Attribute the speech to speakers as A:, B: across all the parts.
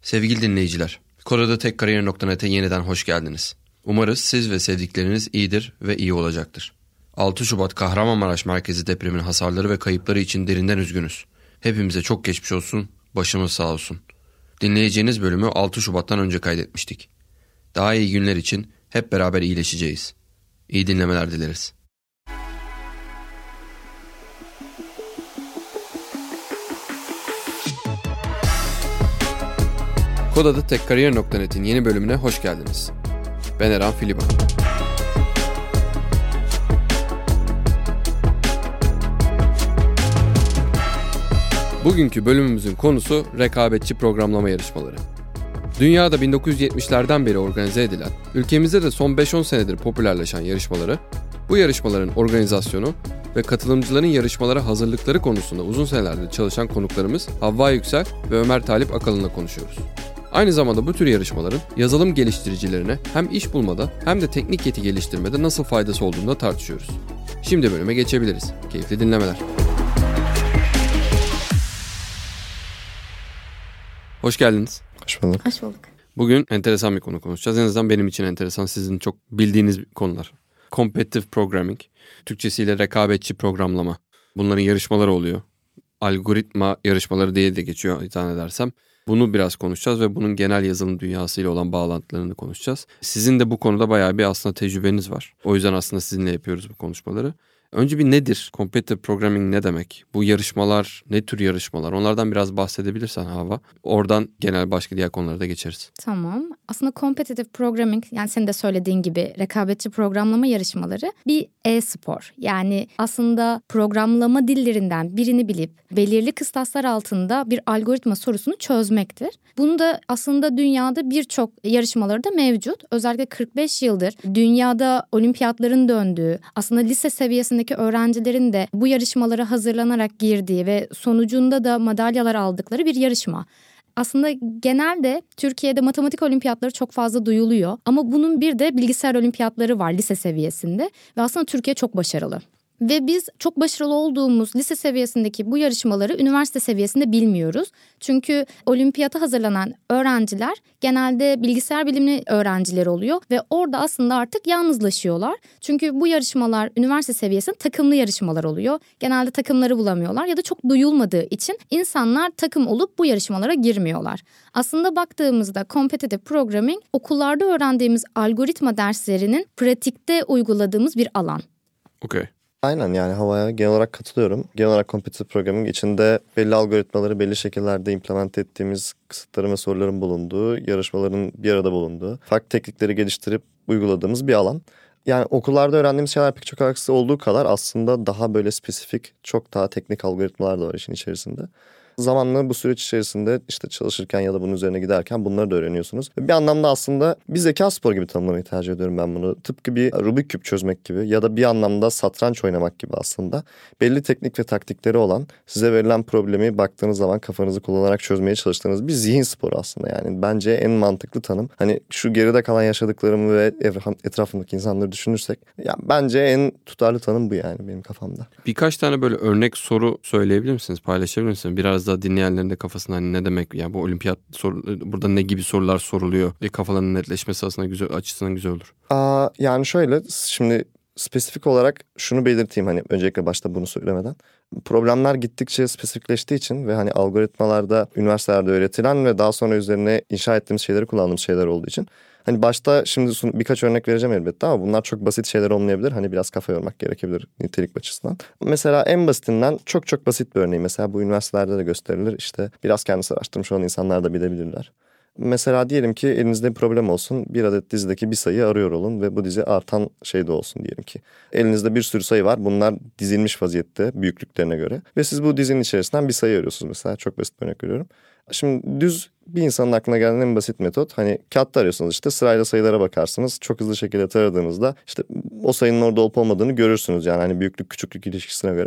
A: Sevgili dinleyiciler, KodaTechCareer.net'e yeniden hoş geldiniz. Umarız siz ve sevdikleriniz iyidir ve iyi olacaktır. 6 Şubat Kahramanmaraş merkezi depreminin hasarları ve kayıpları için derinden üzgünüz. Hepimize çok geçmiş olsun, başımız sağ olsun. Dinleyeceğiniz bölümü 6 Şubat'tan önce kaydetmiştik. Daha iyi günler için hep beraber iyileşeceğiz. İyi dinlemeler dileriz. KodaTechCareer.net'in yeni bölümüne hoş geldiniz. Ben Eren Filiban. Bugünkü bölümümüzün konusu rekabetçi programlama yarışmaları. Dünyada 1970'lerden beri organize edilen, ülkemizde de son 5-10 senedir popülerleşen yarışmaları, bu yarışmaların organizasyonu ve katılımcıların yarışmalara hazırlıkları konusunda uzun senelerdir çalışan konuklarımız Havva Yüksel ve Ömer Talip Akalın'la konuşuyoruz. Aynı zamanda bu tür yarışmaların yazılım geliştiricilerine hem iş bulmada hem de teknik yeti geliştirmede nasıl faydası olduğunu da tartışıyoruz. Şimdi bölüme geçebiliriz. Keyifli dinlemeler. Hoş geldiniz.
B: Hoş bulduk.
C: Hoş bulduk.
A: Bugün enteresan bir konu konuşacağız. En azından benim için enteresan, sizin çok bildiğiniz konular. Competitive Programming, Türkçesiyle rekabetçi programlama. Bunların yarışmaları oluyor. Algoritma yarışmaları diye de geçiyor zannedersem. Bunu biraz konuşacağız ve bunun genel yazılım dünyasıyla olan bağlantılarını konuşacağız. Sizin de bu konuda bayağı bir aslında tecrübeniz var. O yüzden aslında sizinle yapıyoruz bu konuşmaları. Önce bir nedir? Competitive Programming ne demek? Bu yarışmalar ne tür yarışmalar? Onlardan biraz bahsedebilirsen Hava. Oradan genel başka diğer konulara da geçeriz.
C: Tamam. Aslında Competitive Programming, yani senin de söylediğin gibi rekabetçi programlama yarışmaları bir e-spor. Yani aslında programlama dillerinden birini bilip belirli kıstaslar altında bir algoritma sorusunu çözmektir. Bunu da aslında dünyada birçok yarışmaları da mevcut. Özellikle 45 yıldır dünyada olimpiyatların döndüğü, aslında lise seviyesindeki öğrencilerin de bu yarışmalara hazırlanarak girdiği ve sonucunda da madalyalar aldıkları bir yarışma. Aslında genelde Türkiye'de matematik olimpiyatları çok fazla duyuluyor ama bunun bir de bilgisayar olimpiyatları var lise seviyesinde ve aslında Türkiye çok başarılı. Ve biz çok başarılı olduğumuz lise seviyesindeki bu yarışmaları üniversite seviyesinde bilmiyoruz. Çünkü olimpiyata hazırlanan öğrenciler genelde bilgisayar bilimi öğrencileri oluyor ve orada aslında artık yalnızlaşıyorlar. Çünkü bu yarışmalar üniversite seviyesinde takımlı yarışmalar oluyor. Genelde takımları bulamıyorlar ya da çok duyulmadığı için insanlar takım olup bu yarışmalara girmiyorlar. Aslında baktığımızda competitive programming okullarda öğrendiğimiz algoritma derslerinin pratikte uyguladığımız bir alan.
A: Okey.
B: Aynen, yani Hava'ya genel olarak katılıyorum. Genel olarak competitive programming içinde belli algoritmaları belli şekillerde implement ettiğimiz, kısıtların ve soruların bulunduğu, yarışmaların bir arada bulunduğu, farklı teknikleri geliştirip uyguladığımız bir alan. Yani okullarda öğrendiğimiz şeyler pek çok alakası olduğu kadar aslında daha böyle spesifik, çok daha teknik algoritmalar da var işin içerisinde. Zamanla bu süreç içerisinde işte çalışırken ya da bunun üzerine giderken bunları da öğreniyorsunuz. Bir anlamda aslında bir zeka sporu gibi tanımlamayı tercih ediyorum ben bunu. Tıpkı bir Rubik küp çözmek gibi ya da bir anlamda satranç oynamak gibi aslında. Belli teknik ve taktikleri olan, size verilen problemi baktığınız zaman kafanızı kullanarak çözmeye çalıştığınız bir zihin sporu aslında yani. Bence en mantıklı tanım. Hani şu geride kalan yaşadıklarımı ve etrafımdaki insanları düşünürsek ya bence en tutarlı tanım bu yani benim kafamda.
A: Birkaç tane böyle örnek soru söyleyebilir misiniz? Paylaşabilir misiniz? Biraz da dinleyenlerin de kafasında hani ne demek ya bu olimpiyat burada ne gibi sorular soruluyor ve kafalarının netleşmesi aslında açısından güzel olur.
B: Yani şöyle, şimdi spesifik olarak şunu belirteyim, hani öncelikle başta bunu söylemeden. Problemler gittikçe spesifikleştiği için ve hani algoritmalarda üniversitelerde öğretilen ve daha sonra üzerine inşa ettiğimiz şeyleri kullandığımız şeyler olduğu için hani başta şimdi birkaç örnek vereceğim elbette ama bunlar çok basit şeyler olmayabilir. Hani biraz kafa yormak gerekebilir nitelik açısından. Mesela en basitinden çok basit bir örneği. Mesela bu üniversitelerde de gösterilir. İşte biraz kendisi araştırmış olan insanlar da bilebilirler. Mesela diyelim ki elinizde bir problem olsun. Bir adet dizideki bir sayıyı arıyor olun ve bu dizi artan şeyde olsun diyelim ki. Elinizde bir sürü sayı var. Bunlar dizilmiş vaziyette büyüklüklerine göre. Ve siz bu dizinin içerisinden bir sayı arıyorsunuz mesela. Çok basit bir örnek veriyorum. Şimdi düz bir insanın aklına gelen en basit metot, hani kağıtta arıyorsunuz, işte sırayla sayılara bakarsınız. Çok hızlı şekilde taradığınızda işte o sayının orada olup olmadığını görürsünüz. Yani hani büyüklük küçüklük ilişkisine göre.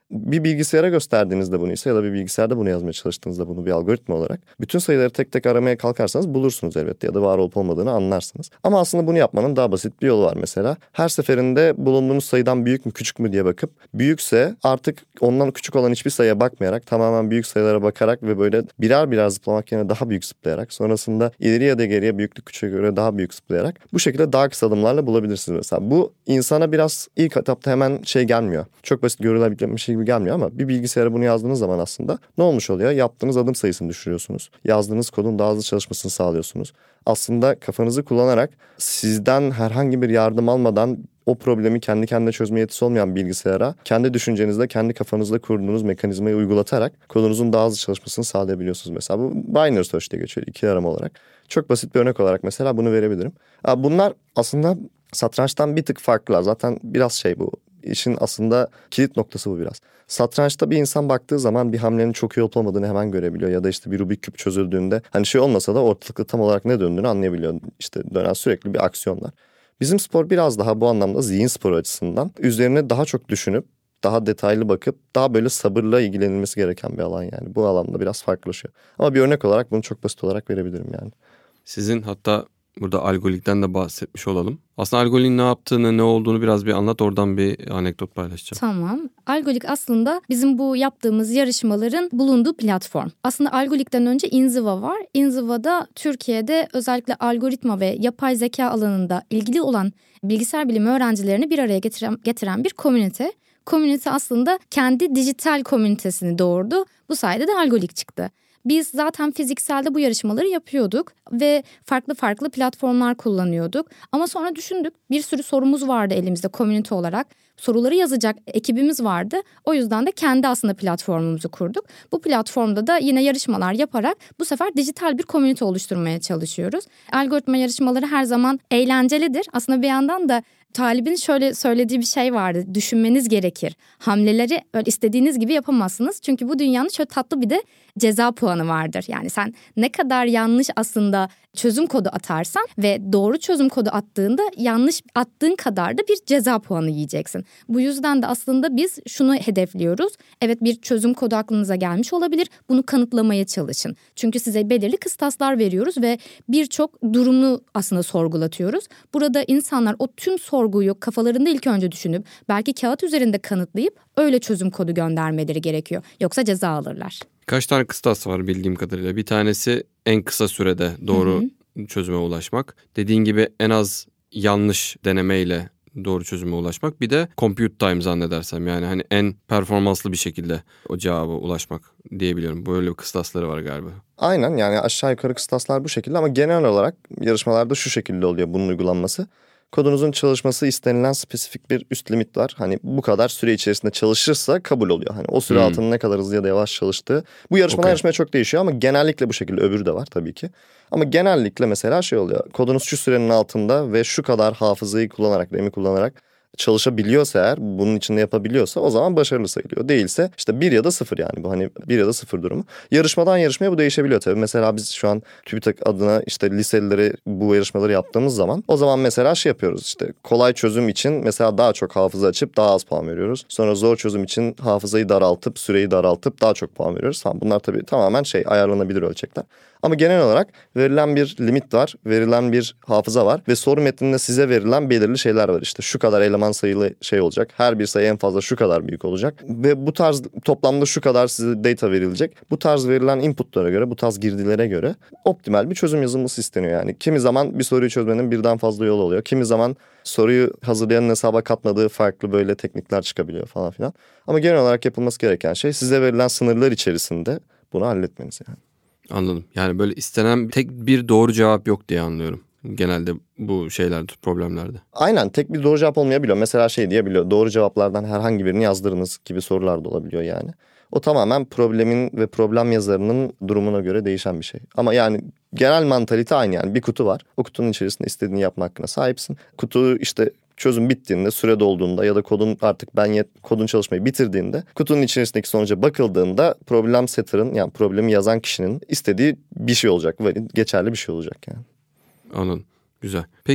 B: Bir bilgisayara gösterdiğinizde bunu ise ya da bir bilgisayarda bunu yazmaya çalıştığınızda bunu bir algoritma olarak bütün sayıları tek tek aramaya kalkarsanız bulursunuz elbette ya da var olup olmadığını anlarsınız. Ama aslında bunu yapmanın daha basit bir yolu var mesela. Her seferinde bulunduğunuz sayıdan büyük mü küçük mü diye bakıp büyükse artık ondan küçük olan hiçbir sayıya bakmayarak tamamen büyük sayılara bakarak ve böyle birer birer zıplamak yerine daha büyük zıplayarak sonrasında ileri ya da geriye büyüklük küçüğe göre daha büyük zıplayarak bu şekilde daha kısa adımlarla bulabilirsiniz mesela. Bu insana biraz ilk etapta hemen gelmiyor. Çok basit görülebilir bir şey gibi gelmiyor ama bir bilgisayara bunu yazdığınız zaman aslında ne olmuş oluyor? Yaptığınız adım sayısını düşürüyorsunuz. Yazdığınız kodun daha hızlı çalışmasını sağlıyorsunuz. Aslında kafanızı kullanarak sizden herhangi bir yardım almadan o problemi kendi kendine çözme yetisi olmayan bilgisayara kendi düşüncenizde, kendi kafanızda kurduğunuz mekanizmayı uygulatarak kodunuzun daha hızlı çalışmasını sağlayabiliyorsunuz. Mesela bu binary search diye geçiyor, ikili arama olarak. Çok basit bir örnek olarak mesela bunu verebilirim. Bunlar aslında satrançtan bir tık farklılar. Zaten biraz bu. İşin aslında kilit noktası bu biraz. Satrançta bir insan baktığı zaman bir hamlenin çok iyi olup olmadığını hemen görebiliyor. Ya da işte bir Rubik küp çözüldüğünde hani olmasa da ortalıkta tam olarak ne döndüğünü anlayabiliyor. İşte dönen sürekli bir aksiyonlar. Bizim spor biraz daha bu anlamda zihin sporu açısından üzerine daha çok düşünüp daha detaylı bakıp daha böyle sabırla ilgilenilmesi gereken bir alan yani. Bu alanda biraz farklılaşıyor. Ama bir örnek olarak bunu çok basit olarak verebilirim yani.
A: Sizin hatta burada Algolik'ten de bahsetmiş olalım. Aslında Algolik'in ne yaptığını, ne olduğunu biraz bir anlat, oradan bir anekdot paylaşacağım.
C: Tamam. Algolik aslında bizim bu yaptığımız yarışmaların bulunduğu platform. Aslında Algolik'ten önce Inziva var. Inziva'da Türkiye'de özellikle algoritma ve yapay zeka alanında ilgili olan bilgisayar bilimi öğrencilerini bir araya getiren bir komünite. Komünite aslında kendi dijital komünitesini doğurdu. Bu sayede de Algolik çıktı. Biz zaten fizikselde bu yarışmaları yapıyorduk ve farklı platformlar kullanıyorduk. Ama sonra düşündük, bir sürü sorumuz vardı elimizde komünite olarak. Soruları yazacak ekibimiz vardı. O yüzden de kendi aslında platformumuzu kurduk. Bu platformda da yine yarışmalar yaparak bu sefer dijital bir komünite oluşturmaya çalışıyoruz. Algoritma yarışmaları her zaman eğlencelidir. Aslında bir yandan da Talib'in şöyle söylediği bir şey vardı. Düşünmeniz gerekir. Hamleleri öyle istediğiniz gibi yapamazsınız. Çünkü bu dünyanın şöyle tatlı bir de ceza puanı vardır. Yani sen ne kadar yanlış aslında çözüm kodu atarsan ve doğru çözüm kodu attığında yanlış attığın kadar da bir ceza puanı yiyeceksin. Bu yüzden de aslında biz şunu hedefliyoruz. Evet, bir çözüm kodu aklınıza gelmiş olabilir. Bunu kanıtlamaya çalışın. Çünkü size belirli kıstaslar veriyoruz ve birçok durumu aslında sorgulatıyoruz. Burada insanlar o tüm sorguyu kafalarında ilk önce düşünüp belki kağıt üzerinde kanıtlayıp öyle çözüm kodu göndermeleri gerekiyor. Yoksa ceza alırlar.
A: Kaç tane kıstas var bildiğim kadarıyla. Bir tanesi en kısa sürede doğru çözüme ulaşmak. Dediğin gibi en az yanlış denemeyle doğru çözüme ulaşmak. Bir de compute time zannedersem, yani hani en performanslı bir şekilde o cevaba ulaşmak diyebiliyorum. Böyle kıstasları var galiba.
B: Aynen, yani aşağı yukarı kıstaslar bu şekilde ama genel olarak yarışmalarda şu şekilde oluyor bunun uygulanması. Kodunuzun çalışması istenilen spesifik bir üst limit var. Hani bu kadar süre içerisinde çalışırsa kabul oluyor. Hani o süre altında ne kadar hızlı ya da yavaş çalıştığı. Bu yarışmadan yarışmaya çok değişiyor ama genellikle bu şekilde, öbürü de var tabii ki. Ama genellikle mesela oluyor. Kodunuz şu sürenin altında ve şu kadar hafızayı kullanarak, RAM'i kullanarak çalışabiliyorsa eğer, bunun içinde yapabiliyorsa o zaman başarılı sayılıyor. Değilse işte 1 ya da 0, yani bu hani 1 ya da 0 durumu. Yarışmadan yarışmaya bu değişebiliyor tabii. Mesela biz şu an TÜBİTAK adına işte liselilere bu yarışmaları yaptığımız zaman o zaman mesela yapıyoruz, işte kolay çözüm için mesela daha çok hafıza açıp daha az puan veriyoruz. Sonra zor çözüm için hafızayı daraltıp, süreyi daraltıp daha çok puan veriyoruz. Bunlar tabii tamamen ayarlanabilir ölçekler. Ama genel olarak verilen bir limit var, verilen bir hafıza var ve soru metninde size verilen belirli şeyler var. İşte şu kadar eleman sayılı olacak, her bir sayı en fazla şu kadar büyük olacak ve bu tarz toplamda şu kadar size data verilecek. Bu tarz verilen inputlara göre, bu tarz girdilere göre optimal bir çözüm yazılması isteniyor yani. Kimi zaman bir soruyu çözmenin birden fazla yolu oluyor. Kimi zaman soruyu hazırlayanın hesaba katmadığı farklı böyle teknikler çıkabiliyor falan filan. Ama genel olarak yapılması gereken size verilen sınırlar içerisinde bunu halletmeniz yani.
A: Anladım. Yani böyle istenen tek bir doğru cevap yok diye anlıyorum. Genelde bu problemlerde.
B: Aynen, tek bir doğru cevap olmayabiliyor. Mesela diyebiliyor, doğru cevaplardan herhangi birini yazdırınız gibi sorular da olabiliyor yani. O tamamen problemin ve problem yazarının durumuna göre değişen bir şey. Ama yani genel mantalite aynı yani. Bir kutu var. O kutunun içerisinde istediğini yapma hakkına sahipsin. Kutu çözüm bittiğinde, süre dolduğunda ya da kodun artık kodun çalışmayı bitirdiğinde kutunun içerisindeki sonuca bakıldığında problem setter'ın, yani problemi yazan kişinin istediği bir şey olacak. Geçerli bir şey olacak yani.
A: Anladım. Güzel. Peki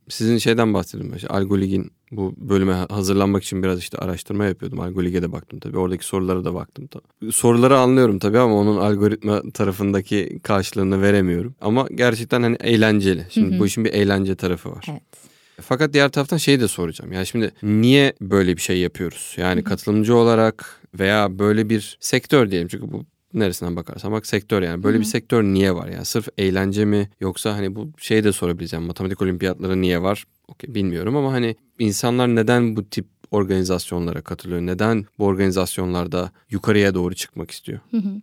A: Sizin şeyden bahsedeyim. İşte Algolig'in bu bölüme hazırlanmak için biraz işte araştırma yapıyordum. Algolig'e de baktım tabii. Oradaki sorulara da baktım tabii. Soruları anlıyorum tabii ama onun algoritma tarafındaki karşılığını veremiyorum. Ama gerçekten hani eğlenceli. Şimdi bu işin bir eğlence tarafı var.
C: Evet.
A: Fakat diğer taraftan şeyi de soracağım. Yani şimdi niye böyle bir şey yapıyoruz? Yani katılımcı olarak veya böyle bir sektör diyelim. Çünkü bu neresinden bakarsan bak sektör yani. Böyle bir sektör niye var? Yani sırf eğlence mi? Yoksa hani bu şeyi de sorabileceğim. Matematik olimpiyatları niye var? Okey, bilmiyorum ama hani insanlar neden bu tip organizasyonlara katılıyor? Neden bu organizasyonlarda yukarıya doğru çıkmak istiyor?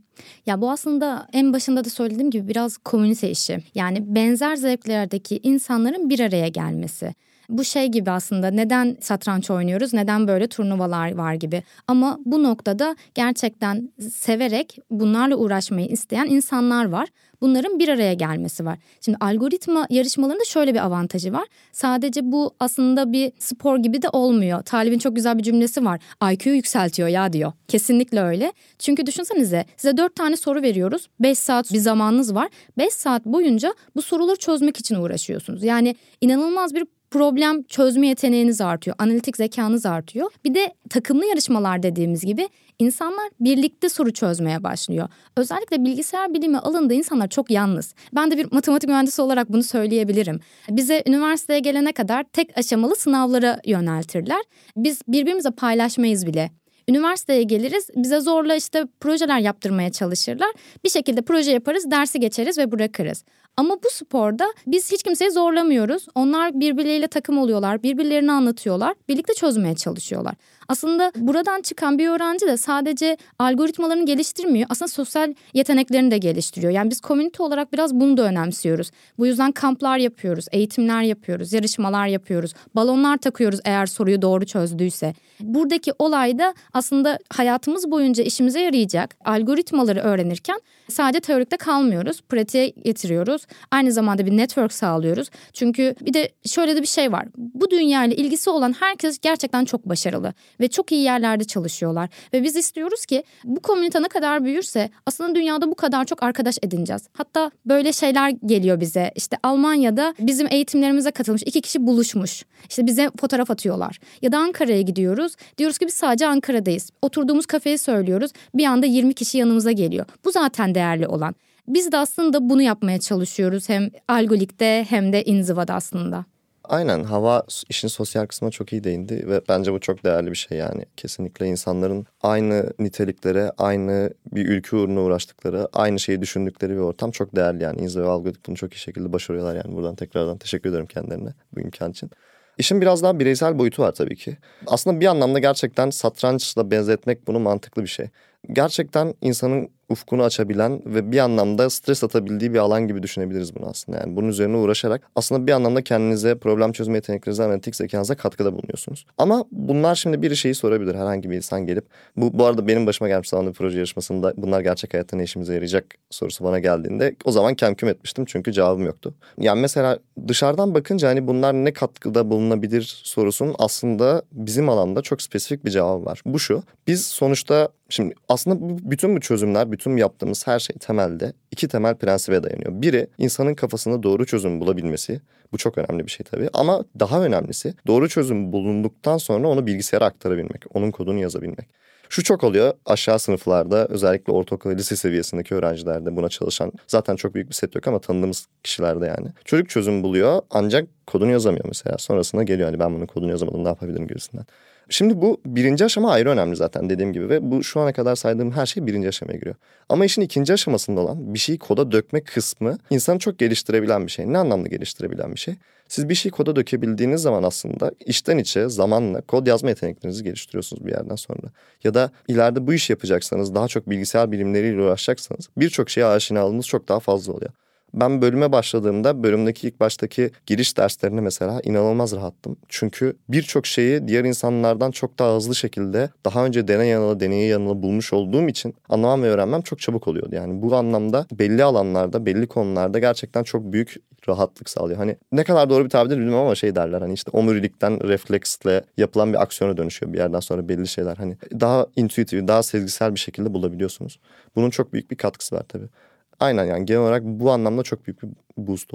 C: Ya bu aslında en başında da söylediğim gibi biraz komünite işi. Yani benzer zevklerdeki insanların bir araya gelmesi. Bu şey gibi aslında, neden satranç oynuyoruz, neden böyle turnuvalar var gibi. Ama bu noktada gerçekten severek bunlarla uğraşmayı isteyen insanlar var. Bunların bir araya gelmesi var. Şimdi algoritma yarışmalarında şöyle bir avantajı var. Sadece bu aslında bir spor gibi de olmuyor. Talib'in çok güzel bir cümlesi var. IQ'yu yükseltiyor ya diyor. Kesinlikle öyle. Çünkü düşünsenize, size 4 tane soru veriyoruz. 5 saat bir zamanınız var. 5 saat boyunca bu soruları çözmek için uğraşıyorsunuz. Yani inanılmaz bir problem çözme yeteneğiniz artıyor. Analitik zekanız artıyor. Bir de takımlı yarışmalar dediğimiz gibi insanlar birlikte soru çözmeye başlıyor. Özellikle bilgisayar bilimi alanında insanlar çok yalnız. Ben de bir matematik mühendisi olarak bunu söyleyebilirim. Bize üniversiteye gelene kadar tek aşamalı sınavlara yöneltirler. Biz birbirimize paylaşmayız bile. Üniversiteye geliriz, bize zorla işte projeler yaptırmaya çalışırlar. Bir şekilde proje yaparız, dersi geçeriz ve bırakırız. Ama bu sporda biz hiç kimseyi zorlamıyoruz. Onlar birbirleriyle takım oluyorlar, birbirlerini anlatıyorlar, birlikte çözmeye çalışıyorlar. Aslında buradan çıkan bir öğrenci de sadece algoritmalarını geliştirmiyor, aslında sosyal yeteneklerini de geliştiriyor. Yani biz komünite olarak biraz bunu da önemsiyoruz. Bu yüzden kamplar yapıyoruz, eğitimler yapıyoruz, yarışmalar yapıyoruz, balonlar takıyoruz eğer soruyu doğru çözdüyse. Buradaki olay da aslında hayatımız boyunca işimize yarayacak algoritmaları öğrenirken sadece teorikte kalmıyoruz, pratiğe getiriyoruz. Aynı zamanda bir network sağlıyoruz. Çünkü bir de şöyle de bir şey var. Bu dünyayla ilgisi olan herkes gerçekten çok başarılı ve çok iyi yerlerde çalışıyorlar. Ve biz istiyoruz ki bu komünite ne kadar büyürse aslında dünyada bu kadar çok arkadaş edineceğiz. Hatta böyle şeyler geliyor bize. İşte Almanya'da bizim eğitimlerimize katılmış 2 kişi buluşmuş. İşte bize fotoğraf atıyorlar. Ya da Ankara'ya gidiyoruz. Diyoruz ki biz sadece Ankara'dayız. Oturduğumuz kafeyi söylüyoruz. Bir anda 20 kişi yanımıza geliyor. Bu zaten değerli olan. Biz de aslında bunu yapmaya çalışıyoruz. Hem Algolik'te hem de İnziva'da aslında.
B: Aynen, Hava işin sosyal kısmına çok iyi değindi ve bence bu çok değerli bir şey yani. Kesinlikle insanların aynı niteliklere, aynı bir ülke uğruna uğraştıkları, aynı şeyi düşündükleri bir ortam çok değerli yani. İnziva ve Algolik bunu çok iyi şekilde başarıyorlar yani. Buradan tekrardan teşekkür ederim kendilerine bu imkan için. İşin biraz daha bireysel boyutu var tabii ki. Aslında bir anlamda gerçekten satrançla benzetmek bunu mantıklı bir şey. Gerçekten insanın ufkunu açabilen ve bir anlamda stres atabildiği bir alan gibi düşünebiliriz bunu aslında. Yani bunun üzerine uğraşarak aslında bir anlamda kendinize, problem çözme yeteneklerinize, analitik zekanıza katkıda bulunuyorsunuz. Ama bunlar şimdi bir şeyi sorabilir, herhangi bir insan gelip. Bu arada benim başıma gelmiş zaman bir proje yarışmasında bunlar gerçek hayatta ne işimize yarayacak sorusu bana geldiğinde o zaman kemküm etmiştim çünkü cevabım yoktu. Yani mesela dışarıdan bakınca hani bunlar ne katkıda bulunabilir sorusunun aslında bizim alanda çok spesifik bir cevabı var. Bu şu: biz sonuçta şimdi aslında bütün bu çözümler, bütün yaptığımız her şey temelde 2 temel prensibe dayanıyor. Biri, insanın kafasında doğru çözüm bulabilmesi. Bu çok önemli bir şey tabii. Ama daha önemlisi, doğru çözüm bulunduktan sonra onu bilgisayara aktarabilmek. Onun kodunu yazabilmek. Şu çok oluyor aşağı sınıflarda, özellikle ortaokul ve lise seviyesindeki öğrencilerde buna çalışan, zaten çok büyük bir set yok ama tanıdığımız kişilerde yani. Çocuk çözüm buluyor ancak kodunu yazamıyor mesela. Sonrasında geliyor hani ben bunun kodunu yazamadım, ne yapabilirim gibisinden. Şimdi bu birinci aşama ayrı önemli zaten dediğim gibi ve bu şu ana kadar saydığım her şey birinci aşamaya giriyor. Ama işin ikinci aşamasında olan bir şeyi koda dökme kısmı insanı çok geliştirebilen bir şey. Ne anlamda geliştirebilen bir şey? Siz bir şeyi koda dökebildiğiniz zaman aslında içten içe zamanla kod yazma yeteneklerinizi geliştiriyorsunuz bir yerden sonra. Ya da ileride bu işi yapacaksanız, daha çok bilgisayar bilimleriyle uğraşacaksanız birçok şeye aşinalığınız çok daha fazla oluyor. Ben bölüme başladığımda bölümdeki ilk baştaki giriş derslerine mesela inanılmaz rahattım. Çünkü birçok şeyi diğer insanlardan çok daha hızlı şekilde daha önce deneye yanıla bulmuş olduğum için anlamam ve öğrenmem çok çabuk oluyordu. Yani bu anlamda belli alanlarda, belli konularda gerçekten çok büyük rahatlık sağlıyor. Hani ne kadar doğru bir tabirdir bilmiyorum ama şey derler hani işte omurilikten refleksle yapılan bir aksiyona dönüşüyor bir yerden sonra belli şeyler. Hani daha intuitif, daha sezgisel bir şekilde bulabiliyorsunuz. Bunun çok büyük bir katkısı var tabii. Aynen yani genel olarak bu anlamda çok büyük bir boost oluyor.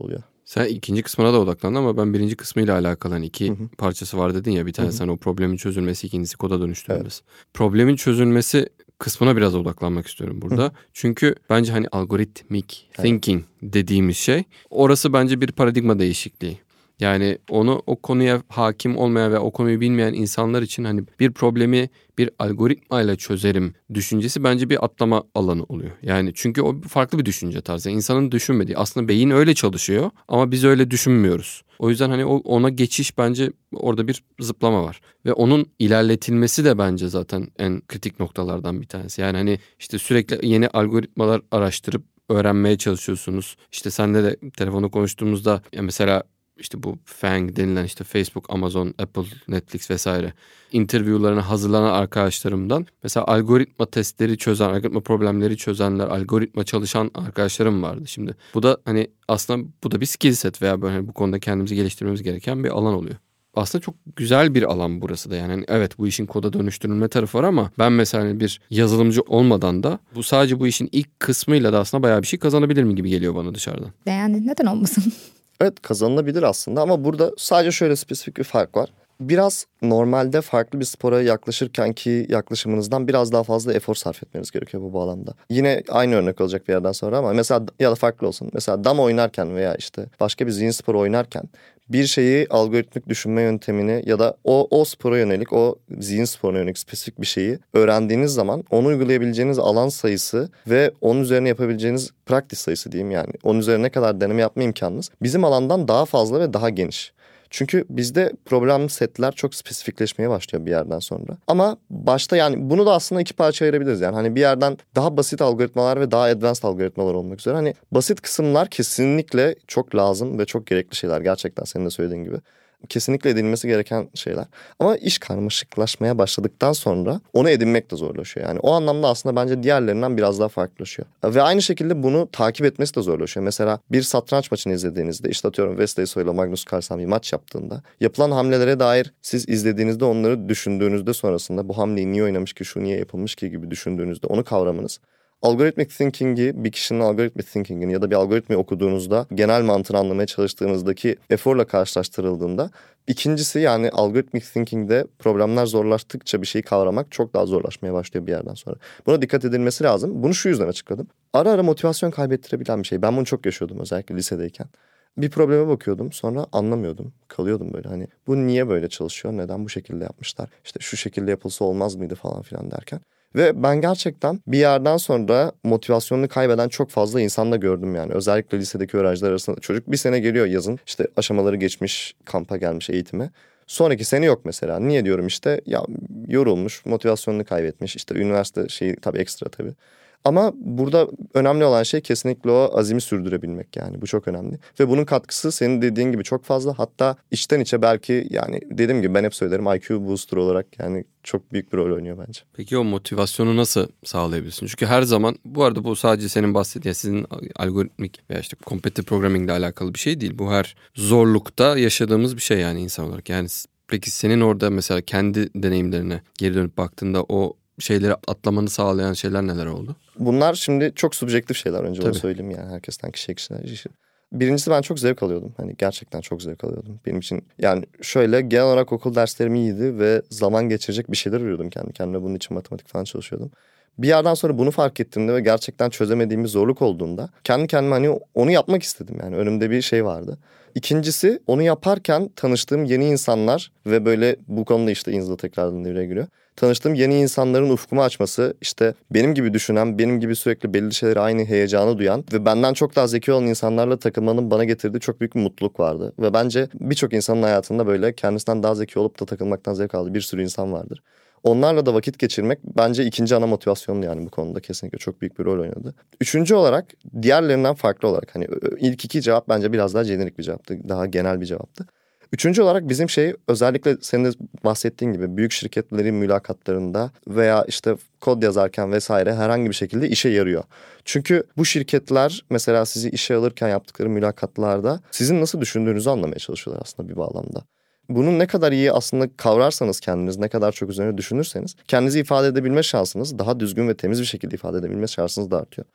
A: Sen ikinci kısmına da odaklandın ama ben birinci kısmıyla alakalı hani iki parçası var dedin ya. Bir tanesi hani o problemin çözülmesi, ikincisi koda dönüştürülmesi. Evet. Problemin çözülmesi kısmına biraz odaklanmak istiyorum burada. Çünkü bence hani algoritmik thinking dediğimiz şey, orası bence bir paradigma değişikliği. Yani onu o konuya hakim olmayan ve o konuyu bilmeyen insanlar için hani bir problemi bir algoritmayla çözerim düşüncesi bence bir atlama alanı oluyor. Yani çünkü o farklı bir düşünce tarzı. İnsanın düşünmediği. Aslında beyin öyle çalışıyor ama biz öyle düşünmüyoruz. O yüzden hani ona geçiş, bence orada bir zıplama var. Ve onun ilerletilmesi de bence zaten en kritik noktalardan bir tanesi. Yani hani işte sürekli yeni algoritmalar araştırıp öğrenmeye çalışıyorsunuz. İşte senle de telefonu konuştuğumuzda ya mesela İşte bu FANG denilen işte Facebook, Amazon, Apple, Netflix vesaire interview'larına hazırlanan arkadaşlarımdan mesela algoritma testleri çözen, algoritma problemleri çözenler, algoritma çalışan arkadaşlarım vardı. Şimdi bu da hani aslında bu da bir skill set veya böyle bu konuda kendimizi geliştirmemiz gereken bir alan oluyor. Aslında çok güzel bir alan burası da yani. Hani evet, bu işin koda dönüştürülme tarafı var ama ben mesela bir yazılımcı olmadan da bu sadece bu işin ilk kısmıyla da aslında bayağı bir şey kazanabilir mi gibi geliyor bana dışarıdan.
C: Yani neden olmasın?
B: Evet, kazanılabilir aslında ama burada sadece şöyle spesifik bir fark var. Biraz normalde farklı bir spora yaklaşırkenki yaklaşımınızdan biraz daha fazla efor sarf etmeniz gerekiyor bu bağlamda. Yine aynı örnek olacak bir yerden sonra ama mesela ya da farklı olsun. Mesela dama oynarken veya işte başka bir zihin sporu oynarken bir şeyi algoritmik düşünme yöntemini ya da o spora yönelik, o zihin sporuna yönelik spesifik bir şeyi öğrendiğiniz zaman onu uygulayabileceğiniz alan sayısı ve onun üzerine yapabileceğiniz practice sayısı diyeyim, yani onun üzerine ne kadar deneme yapma imkanınız bizim alandan daha fazla ve daha geniş. Çünkü bizde problem setler çok spesifikleşmeye başlıyor bir yerden sonra. Ama başta yani bunu da aslında iki parça ayırabiliriz. Yani hani bir yerden daha basit algoritmalar ve daha advanced algoritmalar olmak üzere. Hani basit kısımlar kesinlikle çok lazım ve çok gerekli şeyler. Gerçekten senin de söylediğin gibi. Kesinlikle edinilmesi gereken şeyler. Ama iş karmaşıklaşmaya başladıktan sonra onu edinmek de zorlaşıyor. Yani o anlamda aslında bence diğerlerinden biraz daha farklılaşıyor. Ve aynı şekilde bunu takip etmesi de zorlaşıyor. Mesela bir satranç maçını izlediğinizde, işte atıyorum Wesley So ile Magnus Carlsen bir maç yaptığında yapılan hamlelere dair siz izlediğinizde, onları düşündüğünüzde sonrasında bu hamleyi niye oynamış ki, şu niye yapılmış ki gibi düşündüğünüzde onu kavramanız, algoritmik thinking'i, bir kişinin algoritmik thinking'ini ya da bir algoritmayı okuduğunuzda genel mantığını anlamaya çalıştığınızdaki eforla karşılaştırıldığında, ikincisi yani algoritmik thinking'de problemler zorlaştıkça bir şeyi kavramak çok daha zorlaşmaya başlıyor bir yerden sonra. Buna dikkat edilmesi lazım. Bunu şu yüzden açıkladım. Ara ara motivasyon kaybettirebilen bir şey. Ben bunu çok yaşıyordum özellikle lisedeyken. Bir probleme bakıyordum, sonra anlamıyordum. Kalıyordum böyle, hani bu niye böyle çalışıyor, neden bu şekilde yapmışlar, İşte şu şekilde yapılsa olmaz mıydı falan filan derken. Ve ben gerçekten bir yerden sonra motivasyonunu kaybeden çok fazla insan da gördüm yani. Özellikle lisedeki öğrenciler arasında. Çocuk bir sene geliyor yazın, işte aşamaları geçmiş, kampa gelmiş, eğitime. Sonraki sene yok mesela. Niye diyorum, işte ya yorulmuş, motivasyonunu kaybetmiş. İşte üniversite şeyi tabii ekstra tabii. Ama burada önemli olan şey kesinlikle o azimi sürdürebilmek yani. Bu çok önemli. Ve bunun katkısı senin dediğin gibi çok fazla. Hatta içten içe belki, yani dediğim gibi ben hep söylerim, IQ booster olarak yani çok büyük bir rol oynuyor bence.
A: Peki o motivasyonu nasıl sağlayabilirsin? Çünkü her zaman, bu arada bu sadece senin bahsettiğin, sizin algoritmik veya işte competitive programming ile alakalı bir şey değil. Bu her zorlukta yaşadığımız bir şey yani insan olarak. Yani peki senin orada mesela kendi deneyimlerine geri dönüp baktığında o şeyleri atlamanı sağlayan şeyler neler oldu?
B: Bunlar şimdi çok subjektif şeyler, önce
A: Tabii.
B: onu söyleyeyim yani, herkesten kişiye kişiye. Birincisi ben çok zevk alıyordum. Hani gerçekten çok zevk alıyordum. Benim için yani şöyle, genel olarak okul derslerim iyiydi ve zaman geçirecek bir şeyler arıyordum kendi kendime. Bunun için matematik falan çalışıyordum. Bir yerden sonra bunu fark ettiğimde ve gerçekten çözemediğim bir zorluk olduğunda kendi kendime hani onu yapmak istedim yani. Önümde bir şey vardı. İkincisi, onu yaparken tanıştığım yeni insanlar ve böyle bu konuda işte İnza'da tekrardan devreye giriyor. Tanıştığım yeni insanların ufkumu açması, işte benim gibi düşünen, benim gibi sürekli belli şeylere aynı heyecanı duyan ve benden çok daha zeki olan insanlarla takılmanın bana getirdiği çok büyük bir mutluluk vardı. Ve bence birçok insanın hayatında böyle kendisinden daha zeki olup da takılmaktan zevk aldığı bir sürü insan vardır. Onlarla da vakit geçirmek bence ikinci ana motivasyondu yani, bu konuda kesinlikle çok büyük bir rol oynadı. Üçüncü olarak, diğerlerinden farklı olarak, hani ilk iki cevap bence biraz daha jenerik bir cevaptı, daha genel bir cevaptı. Üçüncü olarak bizim özellikle senin de bahsettiğin gibi büyük şirketlerin mülakatlarında veya işte kod yazarken vesaire herhangi bir şekilde işe yarıyor. Çünkü bu şirketler mesela sizi işe alırken yaptıkları mülakatlarda sizin nasıl düşündüğünüzü anlamaya çalışıyorlar aslında bir bağlamda. Bunu ne kadar iyi aslında kavrarsanız kendiniz, ne kadar çok üzerine düşünürseniz kendinizi ifade edebilme şansınız, daha düzgün ve temiz bir şekilde ifade edebilme şansınız da artıyor.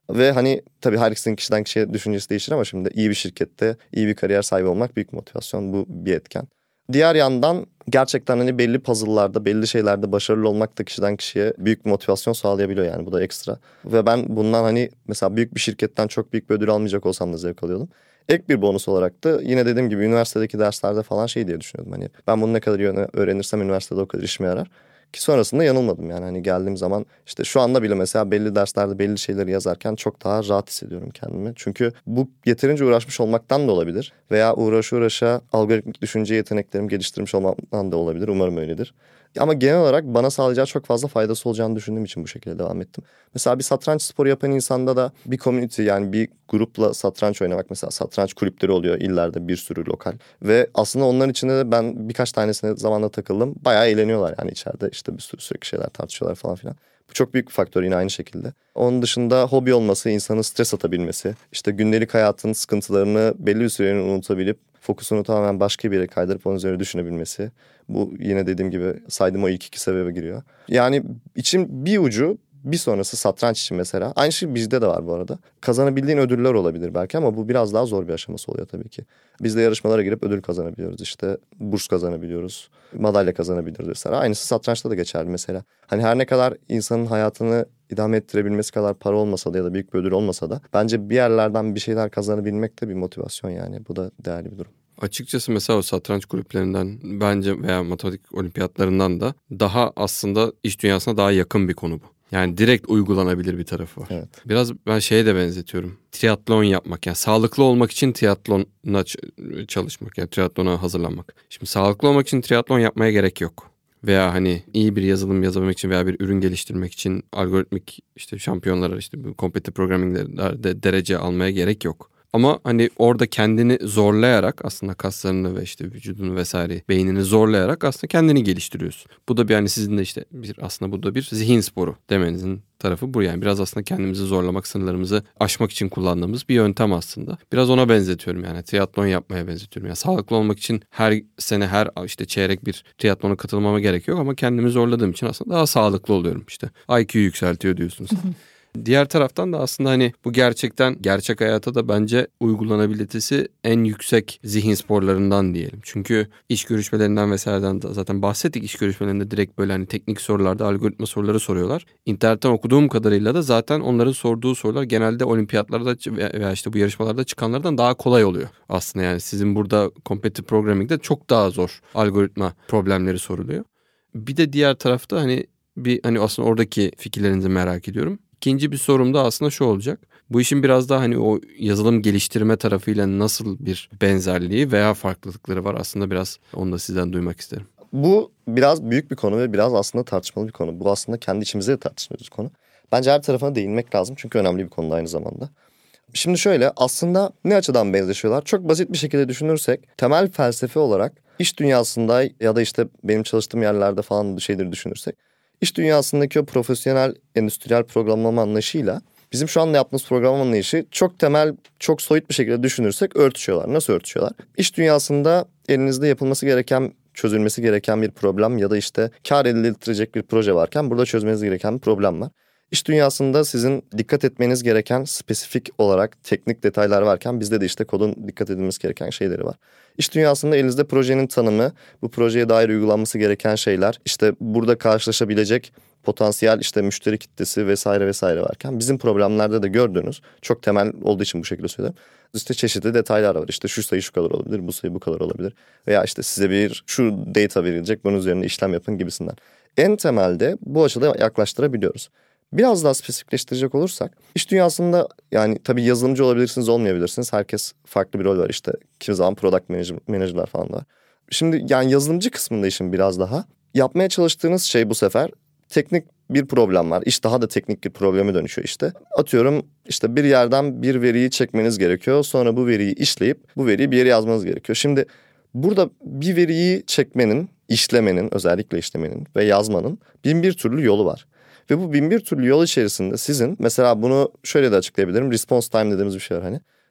B: Ve hani tabii her ikisinin kişiden kişiye düşüncesi değişir ama şimdi iyi bir şirkette iyi bir kariyer sahibi olmak büyük motivasyon. Bu bir etken. Diğer yandan gerçekten hani belli puzzle'larda, belli şeylerde başarılı olmak da kişiden kişiye büyük bir motivasyon sağlayabiliyor yani. Bu da ekstra. Ve ben bundan hani mesela büyük bir şirketten çok büyük bir ödül almayacak olsam da zevk alıyordum. Ek bir bonus olarak da yine dediğim gibi üniversitedeki derslerde falan şey diye düşünüyordum. Hani ben bunu ne kadar iyi öğrenirsem üniversitede o kadar işime yarar. Ki sonrasında yanılmadım yani hani geldiğim zaman işte şu anda bile mesela belli derslerde belli şeyleri yazarken çok daha rahat hissediyorum kendimi. Çünkü bu yeterince uğraşmış olmaktan da olabilir veya uğraşa algoritmik düşünce yeteneklerimi geliştirmiş olmaktan da olabilir. Umarım öyledir. Ama genel olarak bana sağlayacağı çok fazla faydası olacağını düşündüğüm için bu şekilde devam ettim. Mesela bir satranç sporu yapan insanda da bir community yani bir grupla satranç oynamak mesela satranç kulüpleri oluyor illerde bir sürü lokal. Ve aslında onların içinde de ben birkaç tanesine zamanla takıldım. Bayağı eğleniyorlar yani içeride işte bir sürü sürekli şeyler tartışıyorlar falan filan. Bu çok büyük bir faktör yine aynı şekilde. Onun dışında hobi olması, insanın stres atabilmesi, işte gündelik hayatın sıkıntılarını belli bir sürenin unutabilip fokusunu tamamen başka bir yere kaydırıp onun üzerine düşünebilmesi. Bu yine dediğim gibi saydığım o ilk iki sebebe giriyor. Yani için bir ucu bir sonrası satranç için mesela. Aynı şey bizde de var bu arada. Kazanabildiğin ödüller olabilir belki ama bu biraz daha zor bir aşaması oluyor tabii ki. Biz de yarışmalara girip ödül kazanabiliyoruz işte. Burs kazanabiliyoruz. Madalya kazanabiliyoruz mesela. Aynısı satrançta da geçerli mesela. Hani her ne kadar insanın hayatını idame ettirebilmesi kadar para olmasa da ya da büyük bir ödül olmasa da bence bir yerlerden bir şeyler kazanabilmek de bir motivasyon yani. Bu da değerli bir durum.
A: Açıkçası mesela o satranç kulüplerinden bence veya matematik olimpiyatlarından da daha aslında iş dünyasına daha yakın bir konu bu. Yani direkt uygulanabilir bir tarafı var.
B: Evet.
A: Biraz ben şeye de benzetiyorum. Triatlon yapmak yani sağlıklı olmak için triatlona çalışmak yani triatlona hazırlanmak. Şimdi sağlıklı olmak için triatlon yapmaya gerek yok. Veya hani iyi bir yazılım yazabilmek için veya bir ürün geliştirmek için algoritmik işte şampiyonlara işte bu competitive programming'de derece almaya gerek yok. Ama hani orada kendini zorlayarak aslında kaslarını ve işte vücudunu vesaire beynini zorlayarak aslında kendini geliştiriyorsun. Bu da bir hani sizin de işte aslında bu da bir zihin sporu demenizin tarafı bu yani. Biraz aslında kendimizi zorlamak, sınırlarımızı aşmak için kullandığımız bir yöntem aslında. Biraz ona benzetiyorum yani triatlon yapmaya benzetiyorum. Yani sağlıklı olmak için her sene her işte çeyrek bir triatlona katılmama gerek yok ama kendimi zorladığım için aslında daha sağlıklı oluyorum işte. IQ yükseltiyor diyorsunuz. Diğer taraftan da aslında hani bu gerçek hayata da bence uygulanabilitesi en yüksek zihin sporlarından diyelim. Çünkü iş görüşmelerinden vesaireden de zaten bahsettik. İş görüşmelerinde direkt böyle hani teknik sorularda algoritma soruları soruyorlar. İnternetten okuduğum kadarıyla da zaten onların sorduğu sorular genelde olimpiyatlarda veya işte bu yarışmalarda çıkanlardan daha kolay oluyor. Aslında yani sizin burada competitive programming'de çok daha zor algoritma problemleri soruluyor. Bir de diğer tarafta hani aslında oradaki fikirlerinizi merak ediyorum. İkinci bir sorum da aslında şu olacak. Bu işin biraz daha hani o yazılım geliştirme tarafıyla nasıl bir benzerliği veya farklılıkları var? Aslında biraz onu da sizden duymak isterim.
B: Bu biraz büyük bir konu ve biraz aslında tartışmalı bir konu. Bu aslında kendi içimizde de tartışmıyoruz konu. Bence her tarafına değinmek lazım çünkü önemli bir konu aynı zamanda. Şimdi şöyle aslında ne açıdan benzeşiyorlar? Çok basit bir şekilde düşünürsek temel felsefe olarak iş dünyasında ya da işte benim çalıştığım yerlerde falan şeyleri düşünürsek İş dünyasındaki o profesyonel endüstriyel programlama anlayışıyla bizim şu anda yaptığımız programlama anlayışı çok temel, çok soyut bir şekilde düşünürsek örtüşüyorlar. Nasıl örtüşüyorlar? İş dünyasında elinizde yapılması gereken, çözülmesi gereken bir problem ya da işte kar elde ettirecek bir proje varken burada çözmeniz gereken bir problem var. İş dünyasında sizin dikkat etmeniz gereken spesifik olarak teknik detaylar varken bizde de işte kodun dikkat edilmesi gereken şeyleri var. İş dünyasında elinizde projenin tanımı, bu projeye dair uygulanması gereken şeyler, işte burada karşılaşabilecek potansiyel işte müşteri kitlesi vesaire vesaire varken bizim problemlerde de gördüğünüz çok temel olduğu için bu şekilde söylüyorum. İşte çeşitli detaylar var. İşte şu sayı şu kadar olabilir, bu sayı bu kadar olabilir. Veya işte size bir şu data verilecek, bunun üzerine işlem yapın gibisinden. En temelde bu açıda yaklaştırabiliyoruz. Biraz daha spesifikleştirecek olursak iş dünyasında yani tabii yazılımcı olabilirsiniz olmayabilirsiniz. Herkes farklı bir rol var işte. Kimi zaman product manager'lar falan da var. Şimdi yani yazılımcı kısmında işin biraz daha. Yapmaya çalıştığınız şey bu sefer teknik bir problem var. İş daha da teknik bir probleme dönüşüyor işte. Atıyorum işte bir yerden bir veriyi çekmeniz gerekiyor. Sonra bu veriyi işleyip bu veriyi bir yere yazmanız gerekiyor. Şimdi burada bir veriyi çekmenin, işlemenin, özellikle işlemenin ve yazmanın bin bir türlü yolu var. Ve bu bin bir türlü yol içerisinde sizin mesela bunu şöyle de açıklayabilirim. Response time dediğimiz bir şey var hani.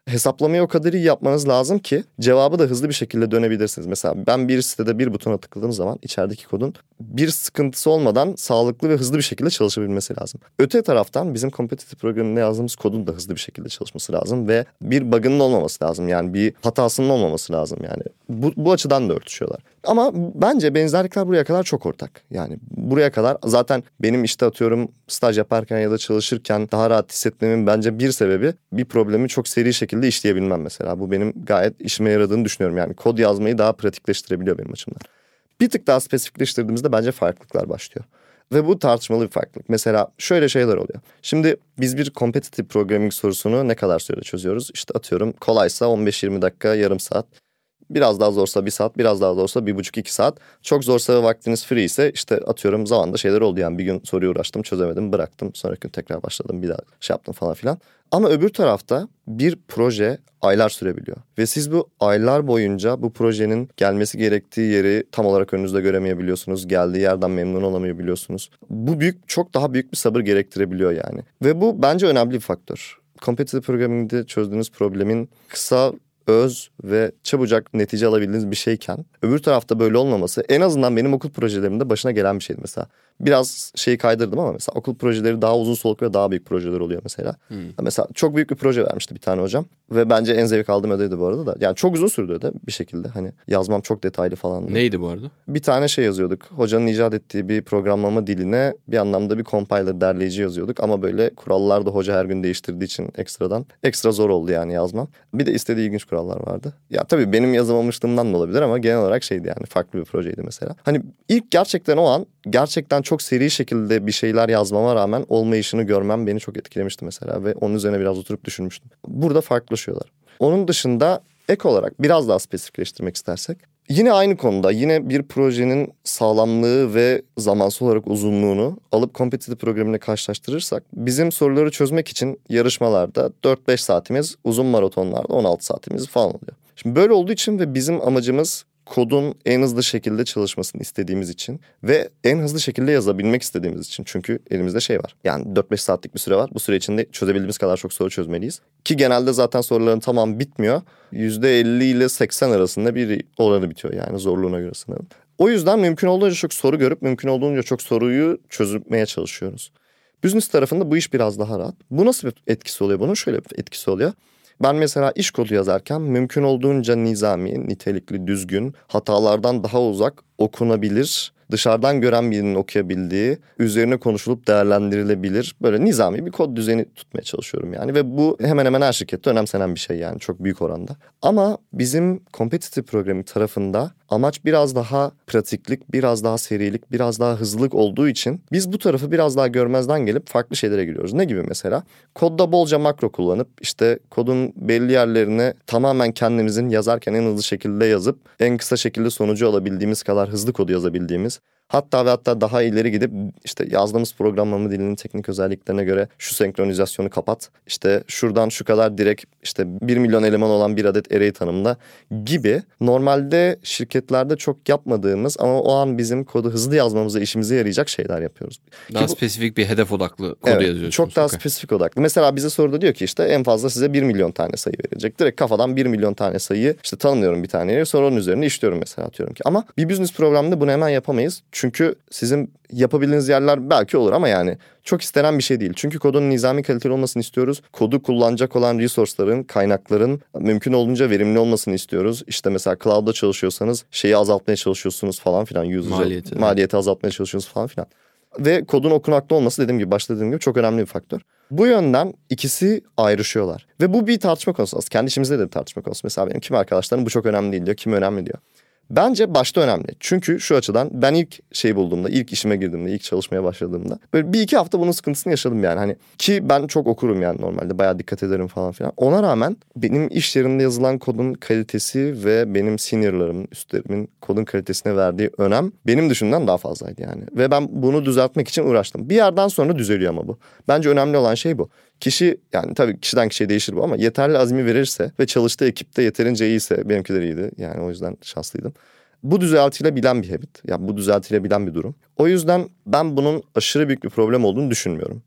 B: hesaplamayı o kadar iyi yapmanız lazım ki cevabı da hızlı bir şekilde dönebilirsiniz. Mesela ben bir sitede bir butona tıkladığım zaman içerideki kodun bir sıkıntısı olmadan sağlıklı ve hızlı bir şekilde çalışabilmesi lazım. Öte taraftan bizim competitive programında yazdığımız kodun da hızlı bir şekilde çalışması lazım ve bir bug'ının olmaması lazım. Yani bir hatasının olmaması lazım yani. Bu açıdan da örtüşüyorlar. Ama bence benzerlikler buraya kadar çok ortak. Yani buraya kadar zaten benim işte atıyorum staj yaparken ya da çalışırken daha rahat hissetmemin bence bir sebebi bir problemi çok seri şekilde işleyebilmem mesela. Bu benim gayet işime yaradığını düşünüyorum. Yani kod yazmayı daha pratikleştirebiliyor benim açımdan. Bir tık daha spesifikleştirdiğimizde bence farklılıklar başlıyor. Ve bu tartışmalı bir farklılık. Mesela şöyle şeyler oluyor. Şimdi biz bir competitive programming sorusunu ne kadar sürede çözüyoruz? İşte atıyorum kolaysa 15-20 dakika, yarım saat. Biraz daha zorsa 1 saat, biraz daha zorsa 1,5-2 saat. Çok zorsa ve vaktiniz free ise işte atıyorum zamanında şeyler oldu yani bir gün soruyu uğraştım çözemedim bıraktım. Sonraki gün tekrar başladım bir daha yaptım falan filan. Ama öbür tarafta bir proje aylar sürebiliyor. Ve siz bu aylar boyunca bu projenin gelmesi gerektiği yeri tam olarak önünüzde göremeyebiliyorsunuz. Geldiği yerden memnun olamayabiliyorsunuz. Bu çok daha büyük bir sabır gerektirebiliyor yani. Ve bu bence önemli bir faktör. Competitive programming'de çözdüğünüz problemin kısa, öz ve çabucak netice alabildiğiniz bir şeyken öbür tarafta böyle olmaması en azından benim okul projelerimde başına gelen bir şeydi mesela. Biraz şeyi kaydırdım ama mesela okul projeleri daha uzun soluklu ve daha büyük projeler oluyor mesela. Mesela çok büyük bir proje vermişti bir tane hocam ve bence en zevk aldığım ödevdi bu arada da. Yani çok uzun sürdü ödev bir şekilde hani yazmam çok detaylı falan.
A: Neydi bu arada?
B: Bir tane şey yazıyorduk. Hocanın icat ettiği bir programlama diline bir anlamda bir compiler derleyici yazıyorduk ama böyle kurallar da hoca her gün değiştirdiği için ekstra zor oldu yani yazmam. Bir de istediği ilginç kurallar vardı. Ya tabii benim yazamamışlığımdan da olabilir ama genel olarak şeydi yani farklı bir projeydi mesela. Hani ilk gerçekten o an gerçekten çok seri şekilde bir şeyler yazmama rağmen olmayışını görmem beni çok etkilemişti mesela ve onun üzerine biraz oturup düşünmüştüm. Burada farklılaşıyorlar. Onun dışında ek olarak biraz daha spesifikleştirmek istersek yine aynı konuda yine bir projenin sağlamlığı ve zamansal olarak uzunluğunu alıp competitive programıyla karşılaştırırsak bizim soruları çözmek için yarışmalarda 4-5 saatimiz, uzun maratonlarda 16 saatimiz falan oluyor. Şimdi böyle olduğu için ve bizim amacımız kodun en hızlı şekilde çalışmasını istediğimiz için ve en hızlı şekilde yazabilmek istediğimiz için. Çünkü elimizde şey var. Yani 4-5 saatlik bir süre var. Bu süre içinde çözebildiğimiz kadar çok soru çözmeliyiz. Ki genelde zaten soruların tamamı bitmiyor. %50 ile 80 arasında bir oranı bitiyor yani zorluğuna göre sınavın. O yüzden mümkün olduğunca çok soru görüp mümkün olduğunca çok soruyu çözmeye çalışıyoruz. Business tarafında bu iş biraz daha rahat. Bu nasıl bir etkisi oluyor bunun? Şöyle bir etkisi oluyor. Ben mesela iş kodu yazarken mümkün olduğunca nizami, nitelikli, düzgün, hatalardan daha uzak, okunabilir, dışarıdan gören birinin okuyabildiği, üzerine konuşulup değerlendirilebilir böyle nizami bir kod düzeni tutmaya çalışıyorum yani. Ve bu hemen hemen her şirkette önemsenen bir şey yani çok büyük oranda. Ama bizim competitive programming tarafında amaç biraz daha pratiklik, biraz daha serilik, biraz daha hızlılık olduğu için biz bu tarafı biraz daha görmezden gelip farklı şeylere giriyoruz. Ne gibi mesela? Kodda bolca makro kullanıp işte kodun belli yerlerine tamamen kendimizin yazarken en hızlı şekilde yazıp en kısa şekilde sonucu alabildiğimiz kadar hızlı kodu yazabildiğimiz, hatta daha ileri gidip işte yazdığımız programlama dilinin teknik özelliklerine göre şu senkronizasyonu kapat, işte şuradan şu kadar direkt işte 1 milyon eleman olan bir adet array tanımla gibi normalde şirketlerde çok yapmadığımız ama o an bizim kodu hızlı yazmamıza işimize yarayacak şeyler yapıyoruz.
A: Daha spesifik bir hedef odaklı kodu yazıyorsunuz.
B: Çok daha spesifik odaklı. Mesela bize soruda diyor ki işte en fazla size 1 milyon tane sayı verecek. Direkt kafadan 1 milyon tane sayıyı işte tanımlıyorum bir taneyi, sonra onun üzerine işliyorum mesela atıyorum ki. Ama bir business programda bunu hemen yapamayız. Çünkü sizin yapabildiğiniz yerler belki olur ama yani çok istenen bir şey değil. Çünkü kodun nizami kaliteli olmasını istiyoruz. Kodu kullanacak olan resource'ların, kaynakların mümkün olduğunca verimli olmasını istiyoruz. İşte mesela cloud'da çalışıyorsanız şeyi azaltmaya çalışıyorsunuz falan filan. Maliyeti azaltmaya çalışıyorsunuz falan filan. Ve kodun okunaklı olması dediğim gibi başta dediğim gibi çok önemli bir faktör. Bu yönden ikisi ayrışıyorlar. Ve bu bir tartışma konusu aslında. Kendi içimizde de bir tartışma konusu. Mesela benim kimi arkadaşlarım bu çok önemli değil diyor. Kimi önemli diyor. Bence başta önemli. Çünkü şu açıdan ben ilk bulduğumda, ilk işime girdiğimde, ilk çalışmaya başladığımda böyle 1-2 hafta bunun sıkıntısını yaşadım yani. Hani ki ben çok okurum yani normalde bayağı dikkat ederim falan filan. Ona rağmen benim iş yerinde yazılan kodun kalitesi ve benim seniorlarımın, üstlerimin kodun kalitesine verdiği önem benim düşündüğümden daha fazlaydı yani. Ve ben bunu düzeltmek için uğraştım. Bir yerden sonra düzeliyor ama bu. Bence önemli olan şey bu. Kişi yani tabii kişiden kişiye değişir bu ama yeterli azmi verirse ve çalıştığı ekipte yeterince iyiyse, benimkiler iyiydi yani o yüzden şanslıydım. Bu düzeltilebilen bir habit. Yani bu düzeltilebilen bir durum. O yüzden ben bunun aşırı büyük bir problem olduğunu düşünmüyorum.